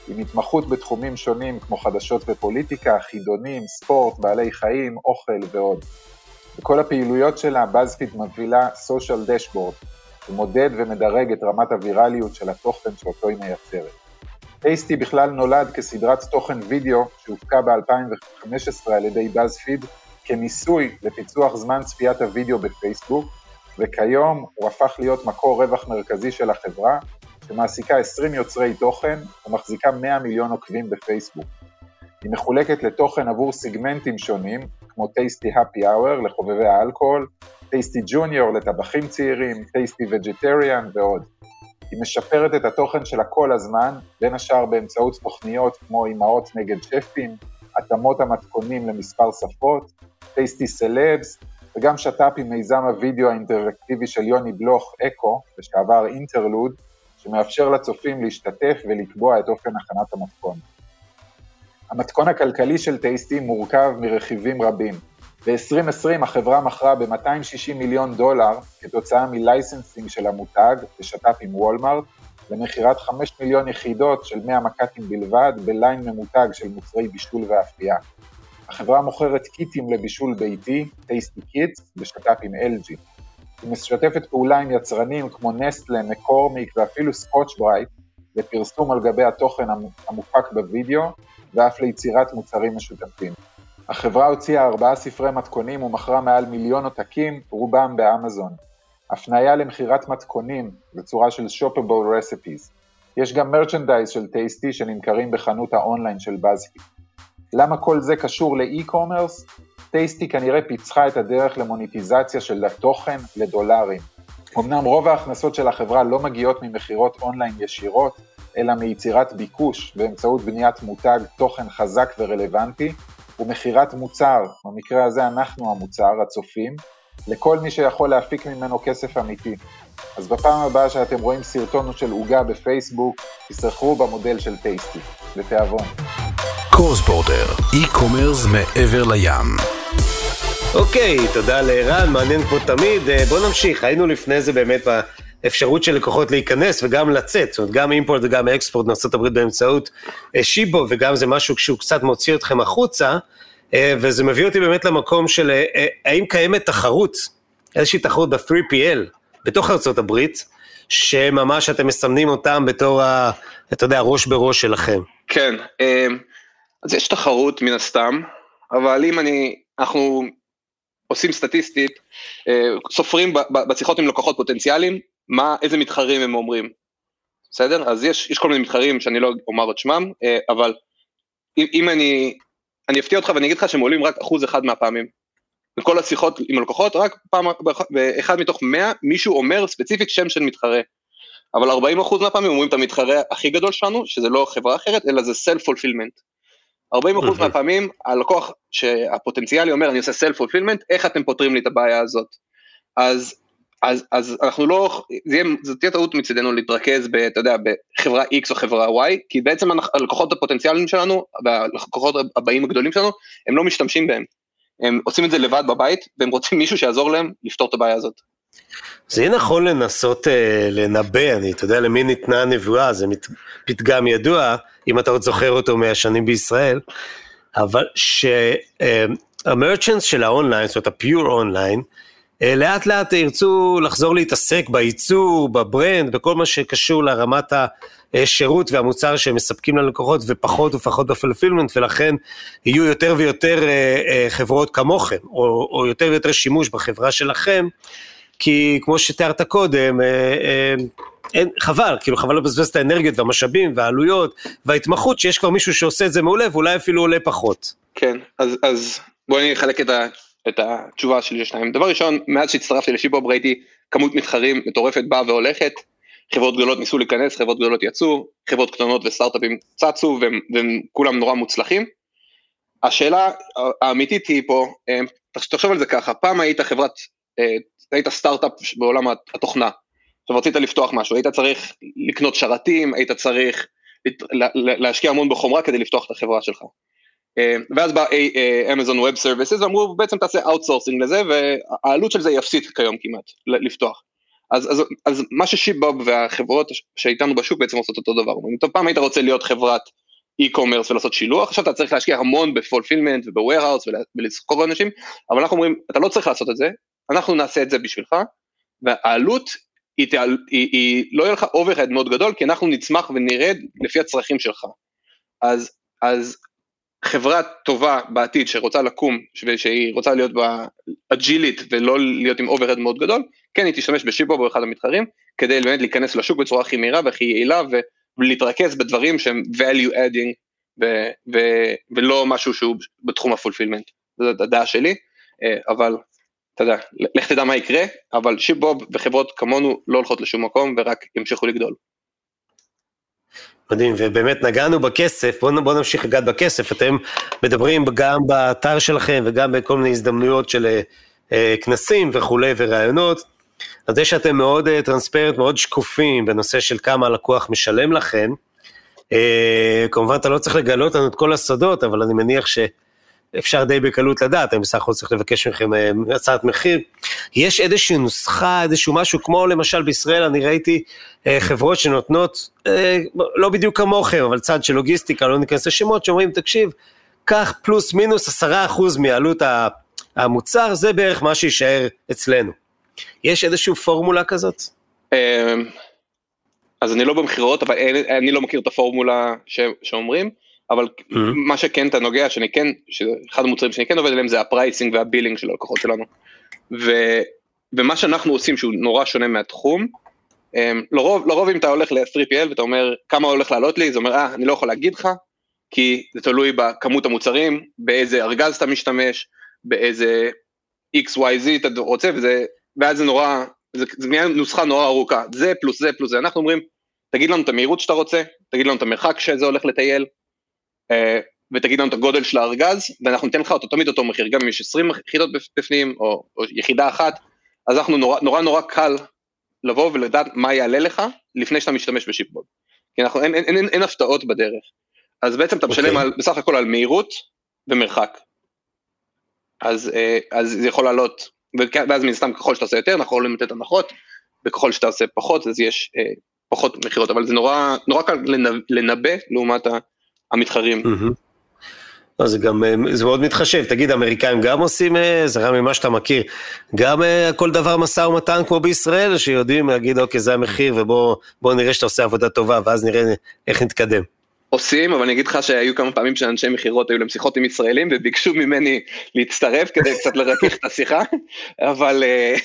עם התמחות בתחומים שונים כמו חדשות ופוליטיקה, חידונים, ספורט, בעלי חיים, אוכל ועוד. בכל הפעילויות שלה, BuzzFeed מובילה Social Dashboard, שמודד ומדרג את רמת הווירליות של התוכן שאותו היא מייצרת. טייסטי בכלל נולד כסדרת תוכן וידאו שהופקה ב-אלפיים וחמש עשרה על ידי BuzzFeed כניסוי לפיצוח זמן צפיית הוידאו בפייסבוק, וכיום הוא הפך להיות מקור רווח מרכזי של החברה, שמעסיקה עשרים יוצרי תוכן ומחזיקה מאה מיליון עוקבים בפייסבוק. היא מחולקת לתוכן עבור סיגמנטים שונים, כמו טייסטי Happy Hour לחובבי האלכוהול, טייסטי Junior לטבחים צעירים, טייסטי Vegetarian ועוד. היא משפרת את התוכן שלה כל הזמן, בין השאר באמצעות תוכניות כמו אימהות נגד שפים, התאמות המתכונים למספר שפות, טייסטי סלבס, וגם שת"פ עם מיזם הוידאו האינטראקטיבי של יוני בלוך, אקו, לשעבר אינטרלוד, שמאפשר לצופים להשתתף ולקבוע את אופן הכנת המתכון. המתכון הכלכלי של טייסטי מורכב מרכיבים רבים. ב-עשרים עשרים החברה מכרה ב-מאתיים ושישים מיליון דולר כתוצאה מלייסנסינג של המותג ושת"פ עם וולמארט, למחירת חמש מיליון יחידות של מאה מקטים בלבד בליין ממותג של מוצרי בישול ואפייה. החברה מוכרת קיטים לבישול ביתי, טייסטי קיטס, בשת"פ עם אל ג'י. היא משתפת פעולה עם יצרנים כמו נסטלה, מקורמיק ואפילו סקוטש ברייט, לפרסום על גבי התוכן המופק בווידאו, ואף ליצירת מוצרים משותפים. החברה הוציאה ארבעה ספרי מתכונים ומכרה מעל מיליון עותקים, רובם באמזון. הפניה למחירת מתכונים בצורה של shoppable recipes. יש גם מרצ'נדייז של טייסטי שנמכרים בחנות האונליין של BuzzFeed. למה כל זה קשור לאי-קומרס? טייסטי כנראה פיצחה את הדרך למוניטיזציה של התוכן לדולרים. אמנם רוב ההכנסות של החברה לא מגיעות ממחירות אונליין ישירות, אלא מיצירת ביקוש באמצעות בניית מותג תוכן חזק ורלוונטי, ומחירת מוצר, במקרה הזה אנחנו המוצר, הצופים, לכל מי שיכול להפיק ממנו כסף אמיתי. אז בפעם הבאה שאתם רואים סרטון של עוגה בפייסבוק, תסחרו במודל של טייסטי, לתיאבון. קורספורטר, אי-קומרס מעבר לים. אוקיי, תודה לערן, מעניין כמו תמיד. בוא נמשיך, היינו לפני זה באמת באפשרות של לקוחות להיכנס וגם לצאת, זאת אומרת, גם אימפורט וגם אקספורט מארצות הברית באמצעות שיבו, וגם זה משהו שהוא קצת מוציא אתכם החוצה, וזה מביא אותי באמת למקום של האם קיימת תחרות, איזושהי תחרות ב-תרי פי אל בתוך ארצות הברית, שממש אתם מסמנים אותם בתור, ה, אתה יודע, ראש בראש שלכם. כן, אז יש תחרות מן הסתם, אבל אם אני, אנחנו עושים סטטיסטית, סופרים בשיחות עם לקוחות פוטנציאליים, מה, איזה מתחרים הם אומרים. בסדר? אז יש, יש כל מיני מתחרים שאני לא אומר את שמם, אבל אם, אם אני, אני אפתיע אותך ואני אגיד לך שהם עולים רק אחוז אחד מהפעמים. בכל השיחות עם הלקוחות, רק פעם, באחד מתוך מאה, מישהו אומר ספציפית שם של מתחרה. אבל ארבעים אחוז מהפעמים אומרים את המתחרה הכי גדול שלנו, שזה לא חברה אחרת, אלא זה self-fulfillment. ארבעים אחוז מהפעמים, הלקוח שהפוטנציאלי אומר, אני עושה self-fulfillment, איך אתם פותרים לי את הבעיה הזאת? אז, אז, אז אנחנו לא, זה תהיה טעות מצדנו להתרכז ב, אתה יודע, בחברה X או חברה Y, כי בעצם הלקוחות הפוטנציאליים שלנו, והלקוחות הבאים הגדולים שלנו, הם לא משתמשים בהם. הם עושים את זה לבד בבית, והם רוצים מישהו שיעזור להם לפתור את הבעיה הזאת. זה יהיה נכון לנסות אה, לנבא, אני, אתה יודע, למי ניתנה הנבואה, זה מת, פתגם ידוע, אם אתה עוד זוכר אותו מהשנים בישראל, אבל שהמרצ'נטס של האונליין, זאת אומרת, הפיור אונליין, אה, לאט לאט ירצו לחזור להתעסק בייצור, בברנד, בכל מה שקשור לרמת השירות והמוצר שהם מספקים ללקוחות, ופחות ופחות בפולפילמנט, ולכן יהיו יותר ויותר אה, אה, חברות כמוכם, או, או יותר ויותר שימוש בחברה שלכם, כי כמו שתיארת קודם, אין, חבל, כאילו חבל לבזבז את האנרגיות והמשאבים והעלויות וההתמחות שיש כבר מישהו שעושה את זה מעולה, ואולי אפילו עולה פחות. כן, אז, אז בואו אני אחלק את, ה, את התשובה שלי לשניים. דבר ראשון, מאז שהצטרפתי לשיבוב ראיתי כמות מתחרים מטורפת באה והולכת, חברות גדולות ניסו להיכנס, חברות גדולות יצאו, חברות קטנות וסטארט-אפים צצו, והם, והם כולם נורא מוצלחים. השאלה האמיתית היא פה, תחשוב על זה ככה, פעם היית חברת, היית סטארט-אפ בעולם התוכנה, עכשיו רצית לפתוח משהו, היית צריך לקנות שרתים, היית צריך להשקיע המון בחומרה כדי לפתוח את החברה שלך. ואז בא Amazon Web Services, ואמרו בעצם תעשה outsourcing לזה, והעלות של זה יפסיד כיום כמעט לפתוח. אז, אז, אז מה ששיפבוב והחברות שאיתנו בשוק בעצם עושות אותו דבר. טוב, פעם היית רוצה להיות חברת e-commerce ולעשות שילוח, עכשיו אתה צריך להשקיע המון בפולפילמנט ובווירהאוס ולזכור אנשים, אבל אנחנו אומרים, אתה לא צריך לעשות את זה, אנחנו נעשה את זה בשבילך, והעלות היא, היא, היא, היא לא יהיה לך אוברהד מאוד גדול, כי אנחנו נצמח ונרד לפי הצרכים שלך. אז, אז חברה טובה בעתיד שרוצה לקום, שהיא רוצה להיות באג'ילית ולא להיות עם אוברהד מאוד גדול, כן, היא תשתמש בשיפבוב באחד המתחרים, כדי באמת להיכנס לשוק בצורה הכי מהירה והכי יעילה, ולהתרכז בדברים שהם value adding, ו- ו- ולא משהו שהוא בתחום הפולפילמנט. זו הדעה שלי, אבל אתה יודע, לך תדע מה יקרה, אבל שיפבוב וחברות כמונו לא הולכות לשום מקום, ורק ימשיכו לגדול. מדהים, ובאמת נגענו בכסף, בואו בוא נמשיך לגעת בכסף, אתם מדברים גם באתר שלכם, וגם בכל מיני הזדמנויות של אה, כנסים וכולי ורעיונות, אז זה שאתם מאוד אה, טרנספרנט, מאוד שקופים, בנושא של כמה הלקוח משלם לכם, אה, כמובן אתה לא צריך לגלות לנו את כל הסודות, אבל אני מניח שאפשר די בקלות לדעת, אני בסך הכל צריך לבקש מכם אה, הצעת מחיר, יש איזושהי נוסחה, איזשהו משהו, כמו למשל בישראל, אני ראיתי אה, חברות שנותנות, אה, לא בדיוק כמוכם, אבל צד של לוגיסטיקה, לא ניכנס לשמות, שאומרים, תקשיב, כך פלוס מינוס עשרה אחוז מעלות המוצר, זה בערך מה שישאר אצלנו. יש איזושהי פורמולה כזאת? אז אני לא במחירות, אבל אני לא מכיר את הפורמולה שאומרים, אבל מה שכן אתה נוגע, שאני כן, שאחד המוצרים שאני כן עובד עליהם, זה הפרייסינג והבילינג של הלקוחות שלנו. ומה שאנחנו עושים, שהוא נורא שונה מהתחום, לרוב, לרוב אם אתה הולך ל-תרי פי אל, ואתה אומר, כמה הולך לעלות לי, זה אומר, אה, אני לא יכול להגיד לך, כי זה תלוי בכמות המוצרים, באיזה ארגז אתה משתמש, באיזה אקס וואי זד אתה רוצה, וזה, ואז זה נורא, זה, זה נוסחה נורא ארוכה, זה פלוס זה פלוס זה, אנחנו אומרים, תגיד לנו את המהירות שאתה רוצה, תגיד לנו את המרחק שזה הולך לטייל, ותגיד לנו את הגודל של הארגז, ואנחנו ניתן לך אותו תמיד אותו מחיר, גם אם יש עשרים יחידות בפנים, או, או יחידה אחת, אז אנחנו נורא, נורא נורא קל לבוא ולדעת מה יעלה לך, לפני שאתה משתמש בשיפבוב, כי אנחנו, אין, אין, אין, אין, אין הפתעות בדרך, אז בעצם אתה משלם okay. על, בסך הכל על מהירות ומרחק, אז, אז זה יכול לעלות, ואז מן סתם ככל שאתה עושה יותר, אנחנו יכולים לתת הנחות, וככל שאתה עושה פחות, אז יש פחות מחירות, אבל זה נורא, נורא קל לנבא לעומת המתחרים. זה גם, זה מאוד מתחשב, תגיד, האמריקאים גם עושים, זה רע ממה שאתה מכיר, גם כל דבר מסע ומתן כמו בישראל, שיודעים להגיד, אוקיי, זה המחיר, ובוא נראה שאתה עושה עבודה טובה, ואז נראה איך נתקדם. עושים, אבל אני אגיד לך שהיו כמה פעמים שאנשי מחירות היו להם שיחות עם ישראלים, וביקשו ממני להצטרף כדי קצת לרכך את השיחה, אבל,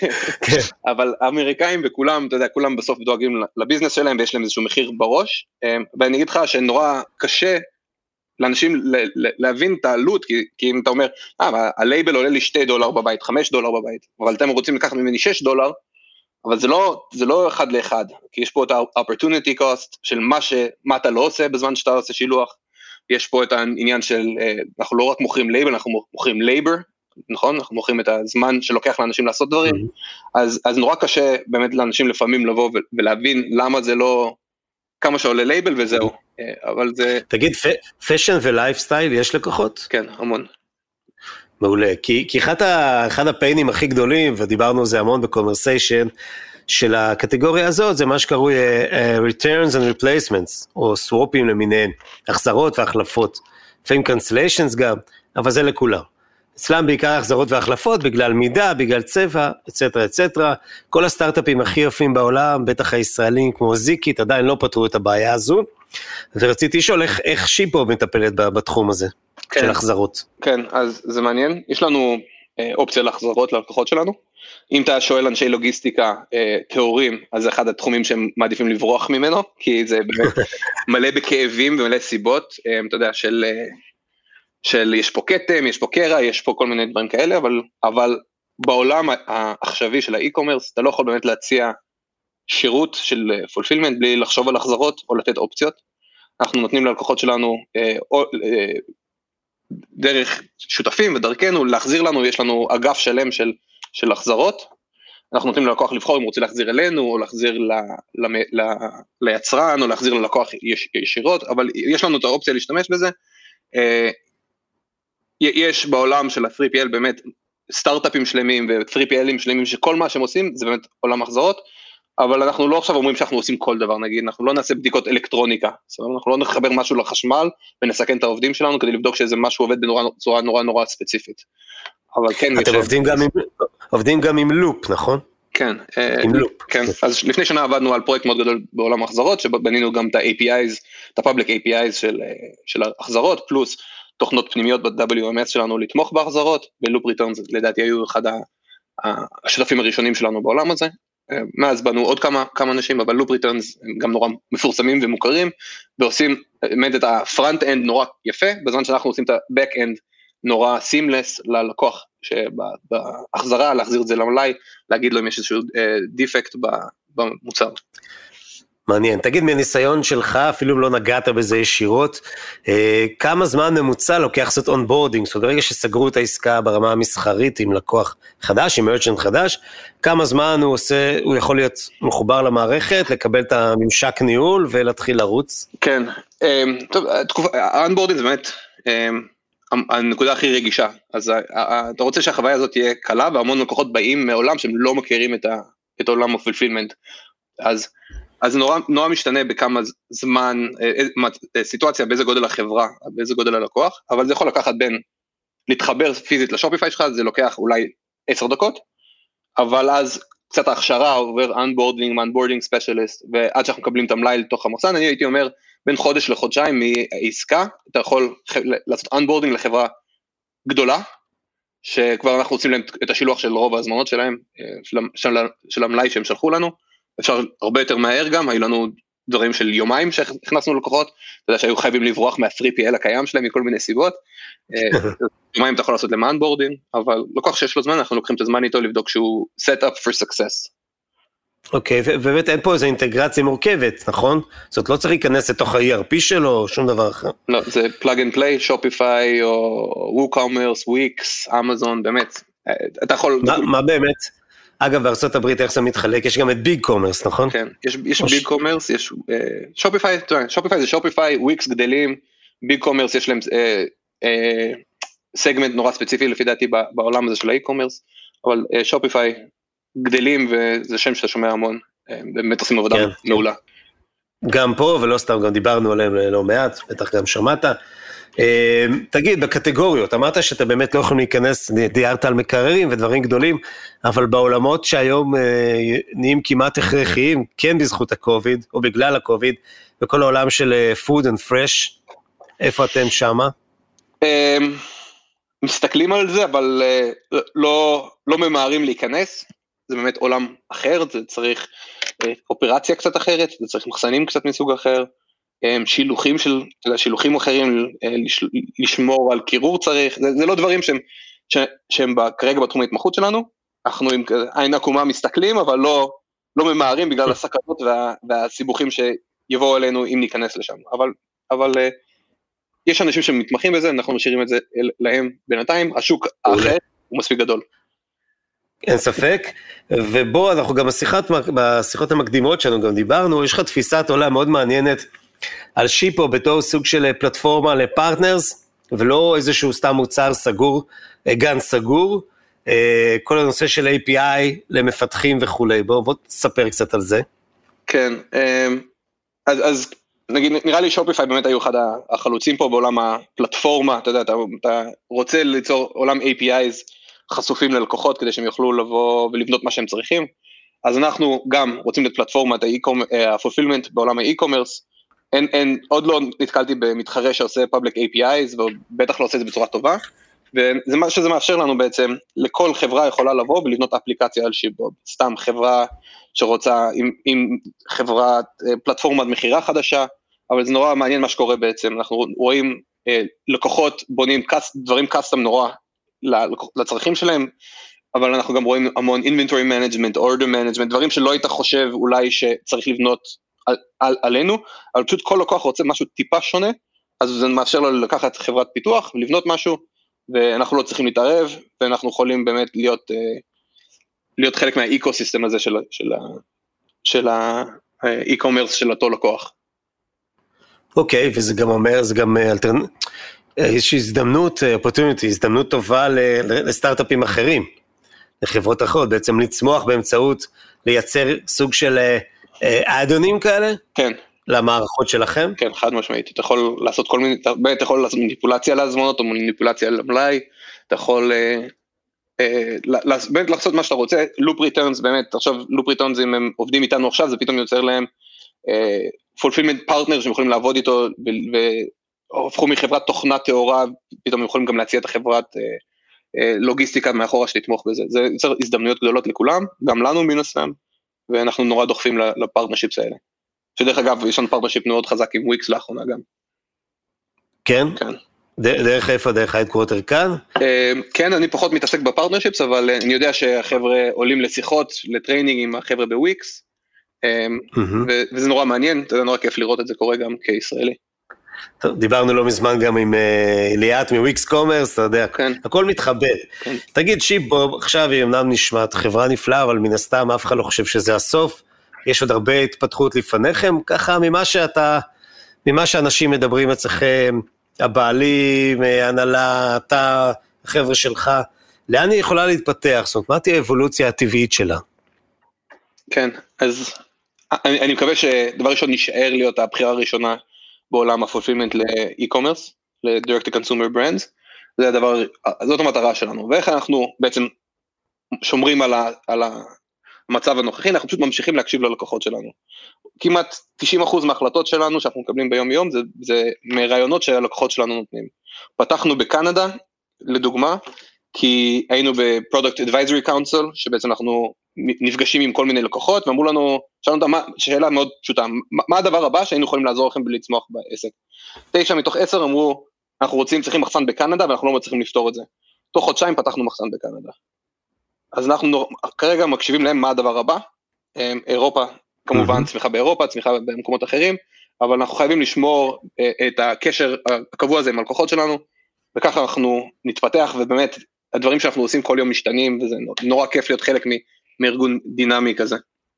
אבל האמריקאים וכולם, אתה יודע, כולם בסוף דואגים לביזנס שלהם, ויש להם איזשהו מחיר בראש, ואני אגיד לך שנורא קשה לאנשים להבין את העלות, כי, כי אם אתה אומר, אה, הלייבל עולה לי שתי דולר בבית, חמש דולר בבית, אבל אתם רוצים לקחת ממני שש דולר, אבל זה לא, זה לא אחד לאחד, כי יש פה את ה-opportunity cost של מה, ש, מה אתה לא עושה בזמן שאתה עושה שילוח, יש פה את העניין של, אנחנו לא רק מוכרים labor, אנחנו מוכרים labor, נכון? אנחנו מוכרים את הזמן שלוקח לאנשים לעשות דברים, mm-hmm. אז, אז נורא קשה באמת לאנשים לפעמים לבוא ולהבין למה זה לא, כמה שעולה לייבל וזהו, אבל זה... תגיד, פשן ולייפסטייל יש לקוחות? כן, המון. מעולה, כי, כי אחד, ה, אחד הפיינים הכי גדולים, ודיברנו על זה המון בקונברסיישן, של הקטגוריה הזאת, זה מה שקרוי uh, uh, returns and replacements, או סוופים למיניהם, החזרות והחלפות, לפעמים cancellations גם, אבל זה לכולם. אצלם בעיקר החזרות והחלפות, בגלל מידה, בגלל צבע, אצטרה, אצטרה, כל הסטארט-אפים הכי יפים בעולם, בטח הישראלים כמו זיקית, עדיין לא פתרו את הבעיה הזו, ורציתי לשאול איך, איך שיפבוב מטפלת בתחום הזה, כן. של החזרות. כן, אז זה מעניין, יש לנו אה, אופציה להחזרות ללקוחות שלנו, אם אתה שואל אנשי לוגיסטיקה אה, תיאורים, אז זה אחד התחומים שהם מעדיפים לברוח ממנו, כי זה באמת מלא בכאבים ומלא סיבות, אה, אתה יודע, של... אה, של יש פה קטם, יש פה קרע, יש פה כל מיני דברים כאלה, אבל, אבל בעולם העכשווי של האי-קומרס, אתה לא יכול באמת להציע שירות של פולפילמנט, בלי לחשוב על החזרות או לתת אופציות. אנחנו נותנים ללקוחות שלנו, אה, או, אה, דרך שותפים ודרכנו, להחזיר לנו, יש לנו אגף שלם של, של החזרות, אנחנו נותנים ללקוח לבחור אם הוא רוצה להחזיר אלינו, או להחזיר ל, ל, ל, ליצרן, או להחזיר ללקוח יש, ישירות, אבל יש לנו את האופציה להשתמש בזה, אה, יש בעולם של ה-תרי פי אל באמת סטארט-אפים שלמים ו-תרי פי אל'ים שלמים שכל מה שהם עושים זה באמת עולם החזרות, אבל אנחנו לא עכשיו אומרים שאנחנו עושים כל דבר, נגיד, אנחנו לא נעשה בדיקות אלקטרוניקה, אנחנו לא נחבר משהו לחשמל, ונסכן את העובדים שלנו, כדי לבדוק שזה משהו עובד בצורה נורא נורא ספציפית. אבל כן, אתם עובדים גם עם, עובדים גם עם לופ, נכון? כן, עם לופ. כן, אז לפני שנה עבדנו על פרויקט מאוד גדול בעולם ההחזרות, שבנינו גם את ה-איי פי איז, את ה-Public איי פי איז של, של ההחזרות, פלוס תוכנות פנימיות ב-דאבליו אם אס שלנו לתמוך בהחזרות, ולופ ריטרנס לדעתי היו אחד השותפים הראשונים שלנו בעולם הזה, מאז בנו עוד כמה, כמה אנשים, אבל לופ ריטרנס הם גם נורא מפורסמים ומוכרים, ועושים באמת את הפרונט אנד נורא יפה, בזמן שאנחנו עושים את הבק אנד נורא סימלס ללקוח, שבהחזרה להחזיר את זה למלאי, להגיד לו אם יש איזשהו דיפקט במוצר. מעניין, תגיד מהניסיון שלך, אפילו אם לא נגעת בזה ישירות, כמה זמן ממוצע לוקח לעשות אונבורדינג, זאת אומרת, ברגע שסגרו את העסקה ברמה המסחרית עם לקוח חדש, עם מרצ'נט חדש, כמה זמן הוא עושה, הוא יכול להיות מחובר למערכת, לקבל את הממשק ניהול ולהתחיל לרוץ? כן, טוב, האונבורדינג זה באמת הנקודה הכי רגישה, אז אתה רוצה שהחוויה הזאת תהיה קלה, והמון לקוחות באים מעולם שהם לא מכירים את עולם הפולפילמנט, אז אז זה נורא, נורא משתנה בכמה זמן, סיטואציה, באיזה גודל החברה, באיזה גודל הלקוח, אבל זה יכול לקחת בין להתחבר פיזית לשופיפיי שלך, זה לוקח אולי עשר דקות, אבל אז קצת ההכשרה עובר unboarding, unboarding specialist, ועד שאנחנו מקבלים את המלאי לתוך המחסן, אני הייתי אומר, בין חודש לחודשיים מעסקה, אתה יכול לעשות unboarding לחברה גדולה, שכבר אנחנו רוצים להם את השילוח של רוב ההזמנות שלהם, של, של, של המלאי שהם שלחו לנו, אפשר הרבה יותר מהר גם, היו לנו דברים של יומיים שהכנסנו לקוחות, אתה יודע שהיו חייבים לברוח מה-תרי פי אל הקיים שלהם מכל מיני סיבות, יומיים אתה יכול לעשות למען בורדינג, אבל לקוח שיש לו זמן, אנחנו לוקחים את הזמן איתו לבדוק שהוא set up for success. אוקיי, ובאמת אין פה איזו אינטגרציה מורכבת, נכון? זאת אומרת, לא צריך להיכנס לתוך ה-אי אר פי שלו או שום דבר אחר. לא, זה plug and play, Shopify או WooCommerce, Wix, Amazon, באמת. אתה יכול... מה באמת? אגב, בארצות הברית איך זה מתחלק? יש גם את ביג קומרס, נכון? כן, יש, יש ביג קומרס, יש שופיפיי, שופיפיי זה שופיפיי, וויקס גדלים, ביג קומרס יש להם סגמנט נורא ספציפי לפי דעתי בעולם הזה של האי-קומרס, אבל שופיפיי גדלים וזה שם שאתה שומע המון, באמת עושים עבודה מעולה. גם פה, ולא סתם, גם דיברנו עליהם לא מעט, בטח גם שמעת. תגיד, בקטגוריות, אמרת שאתה באמת לא יכולים להיכנס, דיירת על מקררים ודברים גדולים, אבל בעולמות שהיום נהיים כמעט הכרחיים, כן בזכות הקוביד, או בגלל הקוביד, בכל העולם של food and fresh, איפה אתם שמה? מסתכלים על זה, אבל לא, לא ממהרים להיכנס, זה באמת עולם אחר, זה צריך אופרציה קצת אחרת, זה צריך מחסנים קצת מסוג אחר, שילוחים של, אתה יודע, שילוחים אחרים, לשמור על קירור צריך, זה, זה לא דברים שהם, שהם כרגע בתחום ההתמחות שלנו, אנחנו עם עין עקומה מסתכלים, אבל לא, לא ממהרים בגלל הסכנות וה, והסיבוכים שיבואו אלינו אם ניכנס לשם, אבל, אבל יש אנשים שמתמחים בזה, אנחנו משאירים את זה להם בינתיים, השוק האחר הוא מספיק גדול. אין ספק, ובו אנחנו גם בשיחות, בשיחות המקדימות שלנו גם דיברנו, יש לך תפיסת עולם מאוד מעניינת, על שיפו בתור סוג של פלטפורמה לפרטנרס, ולא איזשהו סתם מוצר סגור, גן סגור, כל הנושא של איי פי איי למפתחים וכו'. בוא, בוא תספר קצת על זה. כן, אז, אז נגיד, נראה לי שופיפיי באמת היו אחד החלוצים פה בעולם הפלטפורמה, אתה יודע, אתה, אתה רוצה ליצור עולם איי פי איז חשופים ללקוחות, כדי שהם יוכלו לבוא ולבנות מה שהם צריכים, אז אנחנו גם רוצים את פלטפורמת הפולפילמנט בעולם האי-קומרס, אין, אין, עוד לא נתקלתי במתחרה שעושה public איי פי איז, ובטח לא עושה את זה בצורה טובה, וזה מה שזה מאפשר לנו בעצם, לכל חברה יכולה לבוא ולבנות אפליקציה על שיפבוב, סתם חברה שרוצה, עם, עם חברה, פלטפורמת מחירה חדשה, אבל זה נורא מעניין מה שקורה בעצם, אנחנו רואים אה, לקוחות בונים קס, דברים קסטם נורא לצרכים שלהם, אבל אנחנו גם רואים המון inventory management, order management, דברים שלא היית חושב אולי שצריך לבנות על, על, עלינו, אבל פשוט כל לקוח רוצה משהו טיפה שונה, אז זה מאפשר לו לקחת חברת פיתוח ולבנות משהו, ואנחנו לא צריכים להתערב, ואנחנו יכולים באמת להיות, להיות חלק מהאקוסיסטם הזה של, של, של האי-קומרס של אותו לקוח. אוקיי, וזה גם אומר, זה גם אלטרנ... יש הזדמנות, opportunity, הזדמנות טובה לסטארט-אפים אחרים. לחברות אחרות, בעצם לצמוח באמצעות לייצר סוג של אדונים כאלה? כן. למערכות שלכם? כן, חד משמעית. אתה יכול לעשות כל מיני, אתה יכול לעשות מניפולציה להזמנות, או מניפולציה למלאי, אתה יכול באמת לעשות מה שאתה רוצה, לופ ריטרנס, באמת, עכשיו לופ ריטרנס, אם הם עובדים איתנו עכשיו, זה פתאום יוצר להם פולפילמנט פרטנר, שהם יכולים לעבוד איתו, והפכו מחברת תוכנה תאורה, פתאום הם יכולים גם להציע את החברת לוגיסטיקה מאחורה שתתמוך בזה, זה יוצר הזדמנויות גדולות לכולם, גם לנו מן הסתם, ואנחנו נורא דוחפים לפרטנרשיפס האלה. שדרך אגב, יש לנו פרטנרשיפ מאוד חזק עם וויקס לאחרונה גם. כן? כן. דרך איפה, דרך ההדקווטר כאן? כן, אני פחות מתעסק בפרטנרשיפס, אבל אני יודע שהחבר'ה עולים לשיחות, לטריינינג עם החבר'ה בוויקס, וזה נורא מעניין, זה נורא כיף לראות את זה קורה גם כישראלי. טוב, דיברנו לא מזמן גם עם ליאת מוויקס קומרס, אתה יודע, הכל מתחבר. תגיד, שיפבוב, עכשיו היא אמנם נשמעת חברה נפלאה, אבל מן הסתם אף אחד לא חושב שזה הסוף, יש עוד הרבה התפתחות לפניכם, ככה ממה שאתה, ממה שאנשים מדברים אצלכם, הבעלים, הנהלה, אתה, החבר'ה שלך, לאן היא יכולה להתפתח? זאת אומרת, מה תהיה האבולוציה הטבעית שלה? כן, אז אני, אני מקווה שדבר ראשון נשאר להיות הבחירה הראשונה בעולם הפולפילמנט לאי-קומרס, ל-direct to consumer brands, זה הדבר, זאת המטרה שלנו, ואיך אנחנו בעצם שומרים על ה, על המצב הנוכחי, אנחנו פשוט ממשיכים להקשיב ללקוחות שלנו. כמעט תשעים אחוז מההחלטות שלנו שאנחנו מקבלים ביום יום, זה, זה מרעיונות שהלקוחות שלנו נותנים. פתחנו בקנדה, לדוגמה, כי היינו ב-Product Advisory Council, שבעצם אנחנו נפגשים עם כל מיני לקוחות, ואמרו לנו, שאלנו אותם, שאלה מאוד פשוטה, מה הדבר הבא שהיינו יכולים לעזור לכם בלצמוח בעסק? תשע מתוך עשר אמרו, אנחנו רוצים, צריכים מחסן בקנדה, ואנחנו לא מצליחים לפתור את זה. תוך חודשיים פתחנו מחסן בקנדה. אז אנחנו כרגע מקשיבים להם מה הדבר הבא, אירופה, כמובן צמיחה באירופה, צמיחה במקומות אחרים, אבל אנחנו חייבים לשמור את הקשר הקבוע הזה עם הלקוחות שלנו, וככה אנחנו נתפתח, ובאמת הדברים שאנחנו עושים כל יום משתנים, וזה נורא כיף להיות חלק מארגון דינמי כזה.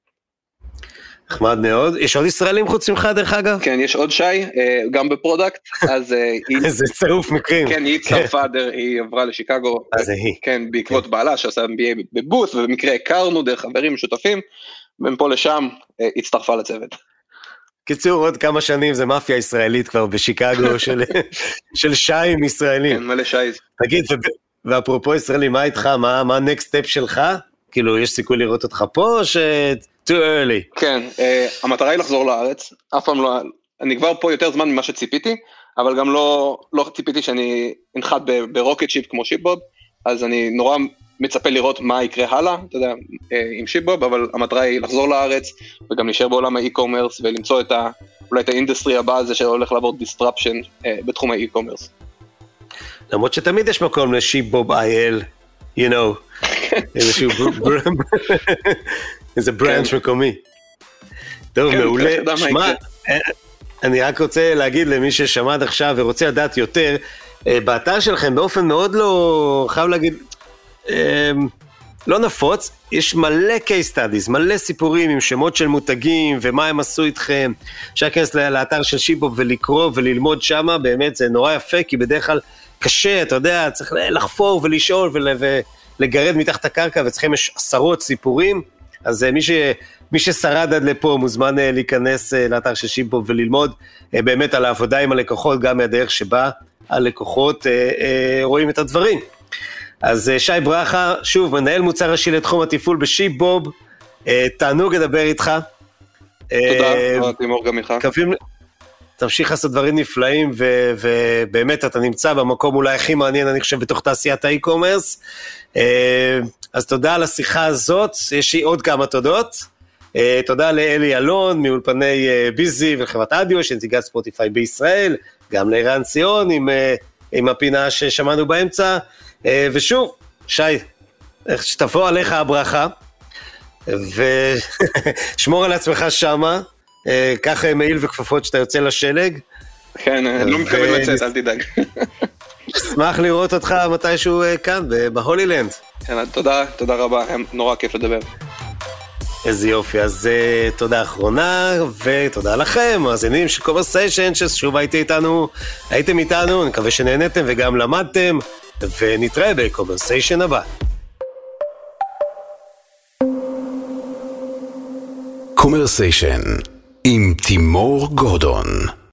נחמד מאוד. יש עוד ישראלים חוץ ממך דרך אגב? כן, יש עוד שי, גם בפרודקט, אז היא... זה צירוף מקרים. כן, היא הצטרפה, היא עברה לשיקגו. אז היא. כן, בעקבות בעלה שעושה אם בי איי בבוס, ובמקרה הכרנו דרך חברים משותפים, ומפה לשם הצטרפה לצוות. קיצור, עוד כמה שנים זה מאפיה ישראלית כבר בשיקגו של שיים ישראלים. כן, מלא שייז. תגיד, ואפרופו ישראלי, מה איתך? מה הנקסט סטפ שלך? כאילו, יש סיכוי לראות אותך פה, או ש... too early? כן, המטרה היא לחזור לארץ, אף פעם לא... אני כבר פה יותר זמן ממה שציפיתי, אבל גם לא, לא ציפיתי שאני אנחת ברוקט שיפ כמו שיפבוב, אז אני נורא מצפה לראות מה יקרה הלאה, אתה יודע, עם שיפבוב, אבל המטרה היא לחזור לארץ, וגם להישאר בעולם האי-קומרס, ולמצוא את ה... אולי את האינדסטרי הבא הזה שהולך לעבור דיסטרפשן בתחום האי-קומרס. למרות שתמיד יש מקום לשיפבוב איי אל, you know, איזשהו איזה ברנץ' מקומי. טוב, מעולה. שמע, אני רק רוצה להגיד למי ששמע עד עכשיו ורוצה לדעת יותר, באתר שלכם באופן מאוד לא, חייב להגיד, לא נפוץ, יש מלא case studies, מלא סיפורים עם שמות של מותגים ומה הם עשו איתכם, אפשר להיכנס לאתר של שיפבוב ולקרוא וללמוד שמה, באמת זה נורא יפה, כי בדרך כלל קשה, אתה יודע, צריך לחפור ולשאול ולגרד מתחת הקרקע, וצריכים יש עשרות סיפורים, אז מי, ש, מי ששרד עד לפה מוזמן להיכנס לאתר של שיפבוב וללמוד באמת על העבודה עם הלקוחות, גם מהדרך שבה הלקוחות רואים את הדברים. אז שי ברכה, שוב, מנהל מוצר ראשי לתחום התפעול בשיפבוב, תענוג לדבר איתך. תודה, תימור גם איתך. תמשיך לעשות דברים נפלאים, ו- ובאמת אתה נמצא במקום אולי הכי מעניין, אני חושב, בתוך תעשיית האי-קומרס. אז תודה על השיחה הזאת, יש לי עוד כמה תודות. תודה לאלי אלון, מאולפני ביזי ולחברת אדיו, שנציגת ספוטיפיי בישראל, גם לערן ציון, עם, עם הפינה ששמענו באמצע. ושוב, שי, שתבוא עליך הברכה, ושמור על עצמך שמה, ככה מעיל וכפפות שאתה יוצא לשלג. כן, אני לא מתכוון לצאת, אל תדאג. אשמח לראות אותך מתישהו כאן, בהולילנד. תודה, תודה רבה, נורא כיף לדבר. איזה יופי, אז תודה אחרונה, ותודה לכם, מאזינים של קומרסיישן, ששוב הייתם איתנו, הייתם איתנו, אני מקווה שנהנתם וגם למדתם, ונתראה בקומרסיישן הבא. קומרסיישן עם תימור גורדון.